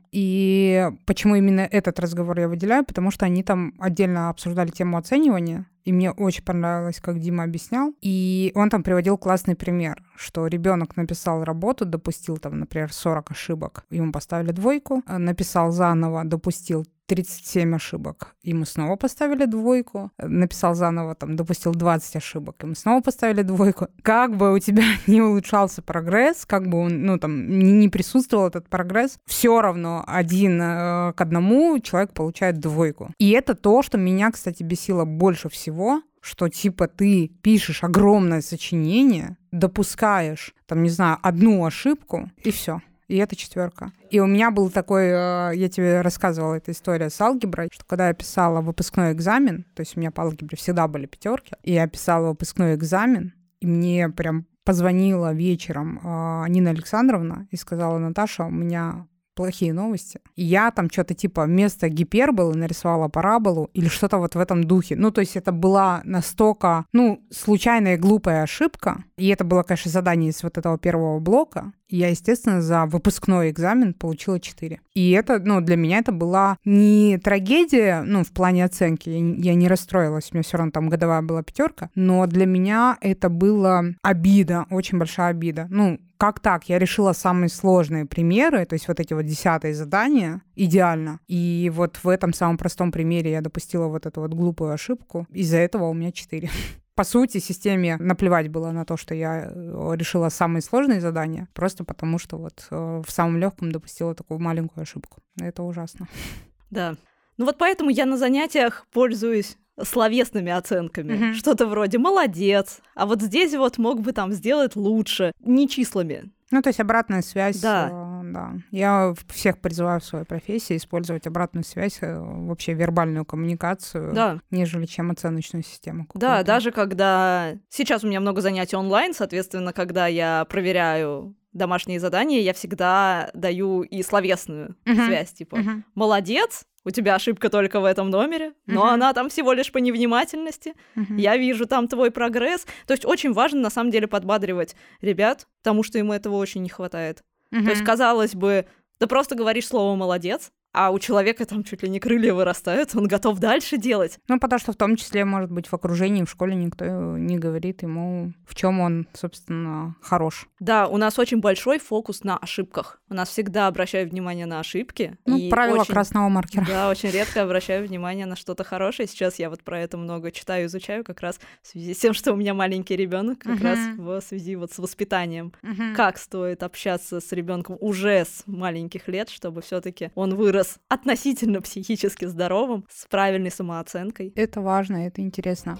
и почему именно этот разговор я выделяю? Потому что они там отдельно обсуждали тему оценивания, и мне очень понравилось, как Дима объяснял. И он там приводил классный пример, что ребенок написал работу, допустил там, например, 40 ошибок, ему поставили 2, написал заново, допустил 37 ошибок, ему снова поставили 2, написал заново, там, допустил 20 ошибок, ему снова поставили 2. Как бы у тебя не улучшался прогресс, как бы он, ну, там, не присутствовал этот прогресс, все равно 1 к 1 человек получает 2. И это то, что меня, кстати, бесило больше всего, что, типа, ты пишешь огромное сочинение, допускаешь, там, не знаю, 1 ошибку, и все. И это 4. И у меня был такой, я тебе рассказывала эту историю с алгеброй, что когда я писала выпускной экзамен, то есть у меня по алгебре всегда были 5, и я писала выпускной экзамен, и мне прям позвонила вечером Нина Александровна и сказала: Наташа, у меня плохие новости. И я там что-то типа вместо гиперболы нарисовала параболу или что-то вот в этом духе. Ну, то есть это была настолько, случайная и глупая ошибка. И это было, конечно, задание из вот этого первого блока. И я, естественно, за выпускной экзамен получила 4. И это, для меня это была не трагедия, в плане оценки. Я не расстроилась, у меня все равно там годовая была 5, но для меня это была обида, очень большая обида. Как так? Я решила самые сложные примеры, то есть вот эти вот 10-е задания идеально. И вот в этом самом простом примере я допустила вот эту вот глупую ошибку. Из-за этого у меня 4. По сути, системе наплевать было на то, что я решила самые сложные задания, просто потому что вот в самом легком допустила такую маленькую ошибку. Это ужасно. Да. Вот поэтому я на занятиях пользуюсь словесными оценками. Что-то вроде «молодец», а вот здесь вот мог бы там сделать лучше, не числами. То есть обратная связь. Да. Да. Я всех призываю в своей профессии использовать обратную связь, вообще вербальную коммуникацию, нежели чем оценочную систему. Да, даже когда... Сейчас у меня много занятий онлайн, соответственно, когда я проверяю домашние задания, я всегда даю и словесную связь, типа «молодец», у тебя ошибка только в этом номере, но она там всего лишь по невнимательности. Я вижу там твой прогресс. То есть очень важно, на самом деле, подбадривать ребят, потому что им этого очень не хватает. То есть, казалось бы, ты просто говоришь слово «молодец», а у человека там чуть ли не крылья вырастают, он готов дальше делать. Потому что в том числе, может быть, в окружении, в школе никто не говорит ему, в чем он, собственно, хорош. Да, у нас очень большой фокус на ошибках. У нас всегда обращают внимание на ошибки. Правило красного маркера. Да, очень редко обращаю внимание на что-то хорошее. Сейчас я вот про это много читаю, изучаю, как раз в связи с тем, что у меня маленький ребенок, как раз в связи вот с воспитанием. Как стоит общаться с ребенком уже с маленьких лет, чтобы все-таки он вырос относительно психически здоровым, с правильной самооценкой. Это важно, это интересно.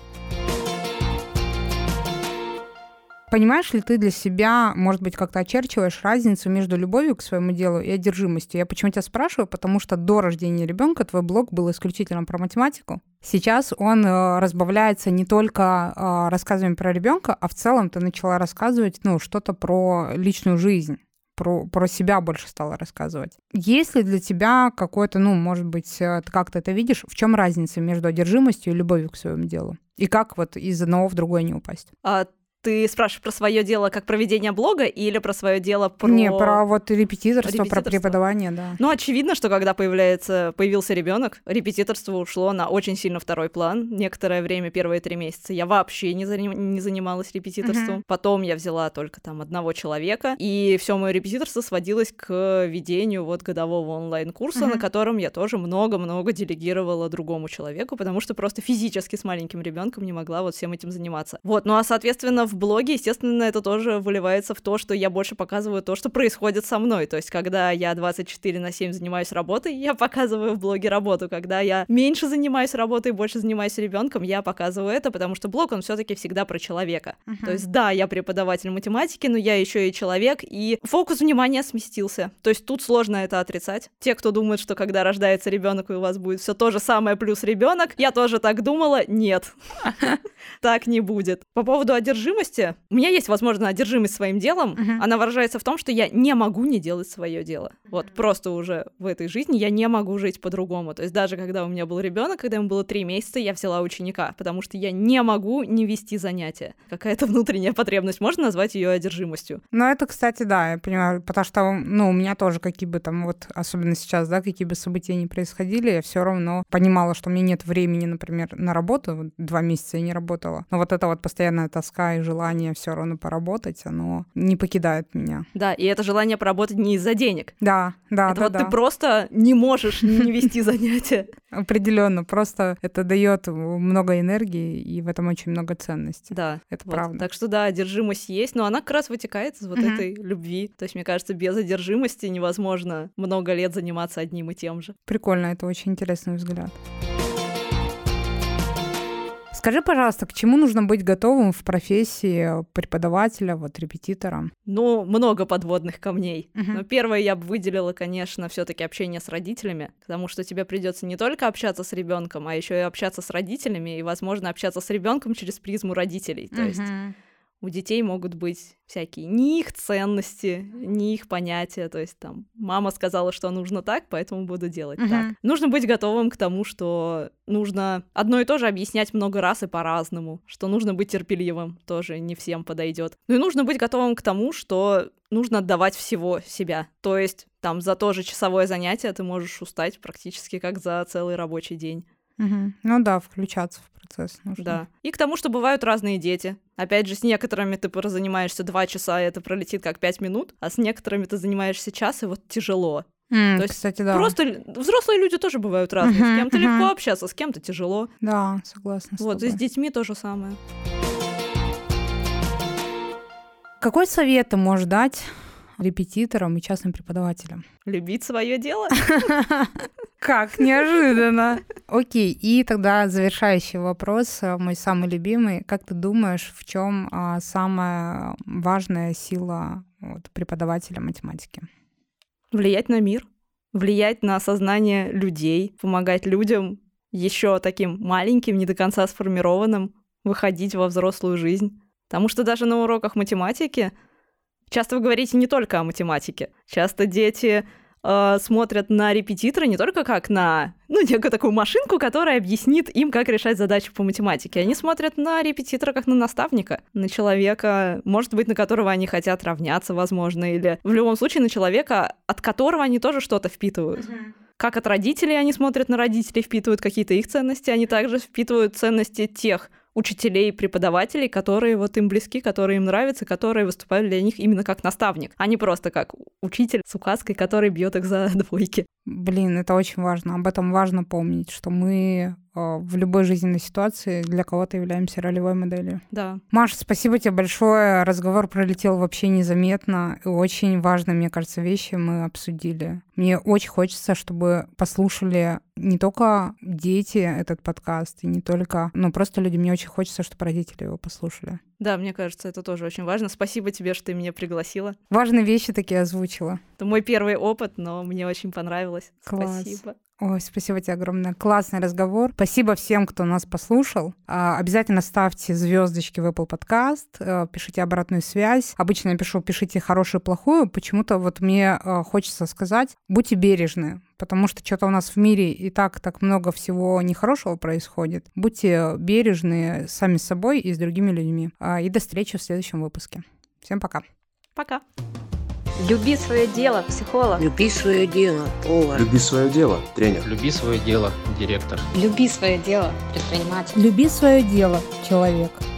Понимаешь ли ты для себя, может быть, как-то очерчиваешь разницу между любовью к своему делу и одержимостью? Я почему тебя спрашиваю? Потому что до рождения ребенка твой блог был исключительно про математику. Сейчас он разбавляется не только рассказами про ребенка, а в целом ты начала рассказывать что-то про личную жизнь. Про себя больше стала рассказывать. Есть ли для тебя какой-то, может быть, ты как-то это видишь, в чем разница между одержимостью и любовью к своему делу? И как вот из одного в другое не упасть? Ты спрашиваешь про свое дело как проведение блога или про свое дело про... Не, про вот репетиторство, про преподавание, да. Очевидно, что когда появился ребенок, репетиторство ушло на очень сильно второй план. Некоторое время, первые 3 месяца, я вообще не занималась репетиторством. Потом я взяла только там 1 человека, и все мое репетиторство сводилось к ведению вот годового онлайн-курса, на котором я тоже много-много делегировала другому человеку, потому что просто физически с маленьким ребенком не могла вот всем этим заниматься. Вот, а соответственно в блоге, естественно, это тоже выливается в то, что я больше показываю то, что происходит со мной. То есть, когда я 24/7 занимаюсь работой, я показываю в блоге работу. Когда я меньше занимаюсь работой, больше занимаюсь ребенком, я показываю это, потому что блог, он все-таки всегда про человека. То есть, да, я преподаватель математики, но я еще и человек, и фокус внимания сместился. То есть тут сложно это отрицать. Те, кто думает, что когда рождается ребенок, и у вас будет все то же самое плюс ребенок, я тоже так думала, нет. Так не будет. По поводу одержимости, у меня есть, возможно, одержимость своим делом. Она выражается в том, что я не могу не делать свое дело. Вот просто уже в этой жизни я не могу жить по-другому. То есть даже когда у меня был ребенок, когда ему было 3 месяца, я взяла ученика, потому что я не могу не вести занятия. Какая-то внутренняя потребность, можно назвать ее одержимостью? Ну, это, кстати, да, я понимаю, потому что, у меня тоже какие бы там вот, особенно сейчас, да, какие бы события ни происходили, я все равно понимала, что у меня нет времени, например, на работу. 2 месяца я не работала. Но вот эта вот постоянная тоска и желание все равно поработать, оно не покидает меня. Да, и это желание поработать не из-за денег. Да. Это вот ты просто не можешь не вести занятия. Определенно, просто это дает много энергии, и в этом очень много ценностей. Да, это вот. правда. Так что да, одержимость есть, но она как раз вытекает из вот этой любви. То есть, мне кажется, без одержимости невозможно много лет заниматься одним и тем же. Прикольно, это очень интересный взгляд. Скажи, пожалуйста, к чему нужно быть готовым в профессии преподавателя, вот репетитора? Ну, много подводных камней. Но первое я бы выделила, конечно, все-таки общение с родителями, потому что тебе придется не только общаться с ребенком, а еще и общаться с родителями, и, возможно, общаться с ребенком через призму родителей. То есть у детей могут быть всякие не их ценности, не их понятия. То есть там мама сказала, что нужно так, поэтому буду делать так. Нужно быть готовым к тому, что нужно одно и то же объяснять много раз и по-разному, что нужно быть терпеливым, тоже не всем подойдет. Ну и нужно быть готовым к тому, что нужно отдавать всего себя. То есть там за то же часовое занятие ты можешь устать практически как за целый рабочий день. Ну да, включаться в процесс нужно. Да. И к тому, что бывают разные дети. Опять же, с некоторыми ты занимаешься 2 часа, и это пролетит как 5 минут, а с некоторыми ты занимаешься час, и вот тяжело. То есть, кстати, да. Просто взрослые люди тоже бывают разные. С кем-то легко общаться, с кем-то тяжело. Да, согласна с тобой. Вот, и с детьми то же самое. Какой совет ты можешь дать репетиторам и частным преподавателям? Любить свое дело. Как неожиданно. Окей, и тогда завершающий вопрос, мой самый любимый. Как ты думаешь, в чем самая важная сила преподавателя математики? Влиять на мир, влиять на сознание людей, помогать людям еще таким маленьким, не до конца сформированным, выходить во взрослую жизнь. Потому что даже на уроках математики часто вы говорите не только о математике. Часто дети смотрят на репетитора не только как на некую такую машинку, которая объяснит им, как решать задачи по математике. Они смотрят на репетитора как на наставника, на человека, может быть, на которого они хотят равняться, возможно, или в любом случае на человека, от которого они тоже что-то впитывают. Как от родителей они смотрят на родителей, впитывают какие-то их ценности, они также впитывают ценности тех учителей и преподавателей, которые им близки, которые им нравятся, которые выступают для них именно как наставник, а не просто как учитель с указкой, который бьет их за двойки. Блин, это очень важно. Об этом важно помнить, что мы в любой жизненной ситуации для кого-то являемся ролевой моделью. Да. Маша, спасибо тебе большое. Разговор пролетел вообще незаметно. И очень важные, мне кажется, вещи мы обсудили. Мне очень хочется, чтобы послушали не только дети этот подкаст, и не только... просто люди. Мне очень хочется, чтобы родители его послушали. Да, мне кажется, это тоже очень важно. Спасибо тебе, что ты меня пригласила. Важные вещи такие озвучила. Это мой первый опыт, но мне очень понравилось. Класс. Спасибо. Ой, спасибо тебе огромное. Классный разговор. Спасибо всем, кто нас послушал. Обязательно ставьте звездочки в Apple Podcast, пишите обратную связь. Обычно я пишу, пишите хорошую и плохую. Почему-то мне хочется сказать, будьте бережны, потому что что-то у нас в мире и так много всего нехорошего происходит. Будьте бережны сами с собой и с другими людьми. И до встречи в следующем выпуске. Всем пока. Пока. Люби свое дело, психолог. Люби свое дело, повар. Люби свое дело, тренер. Люби свое дело, директор. Люби свое дело, предприниматель. Люби свое дело, человек.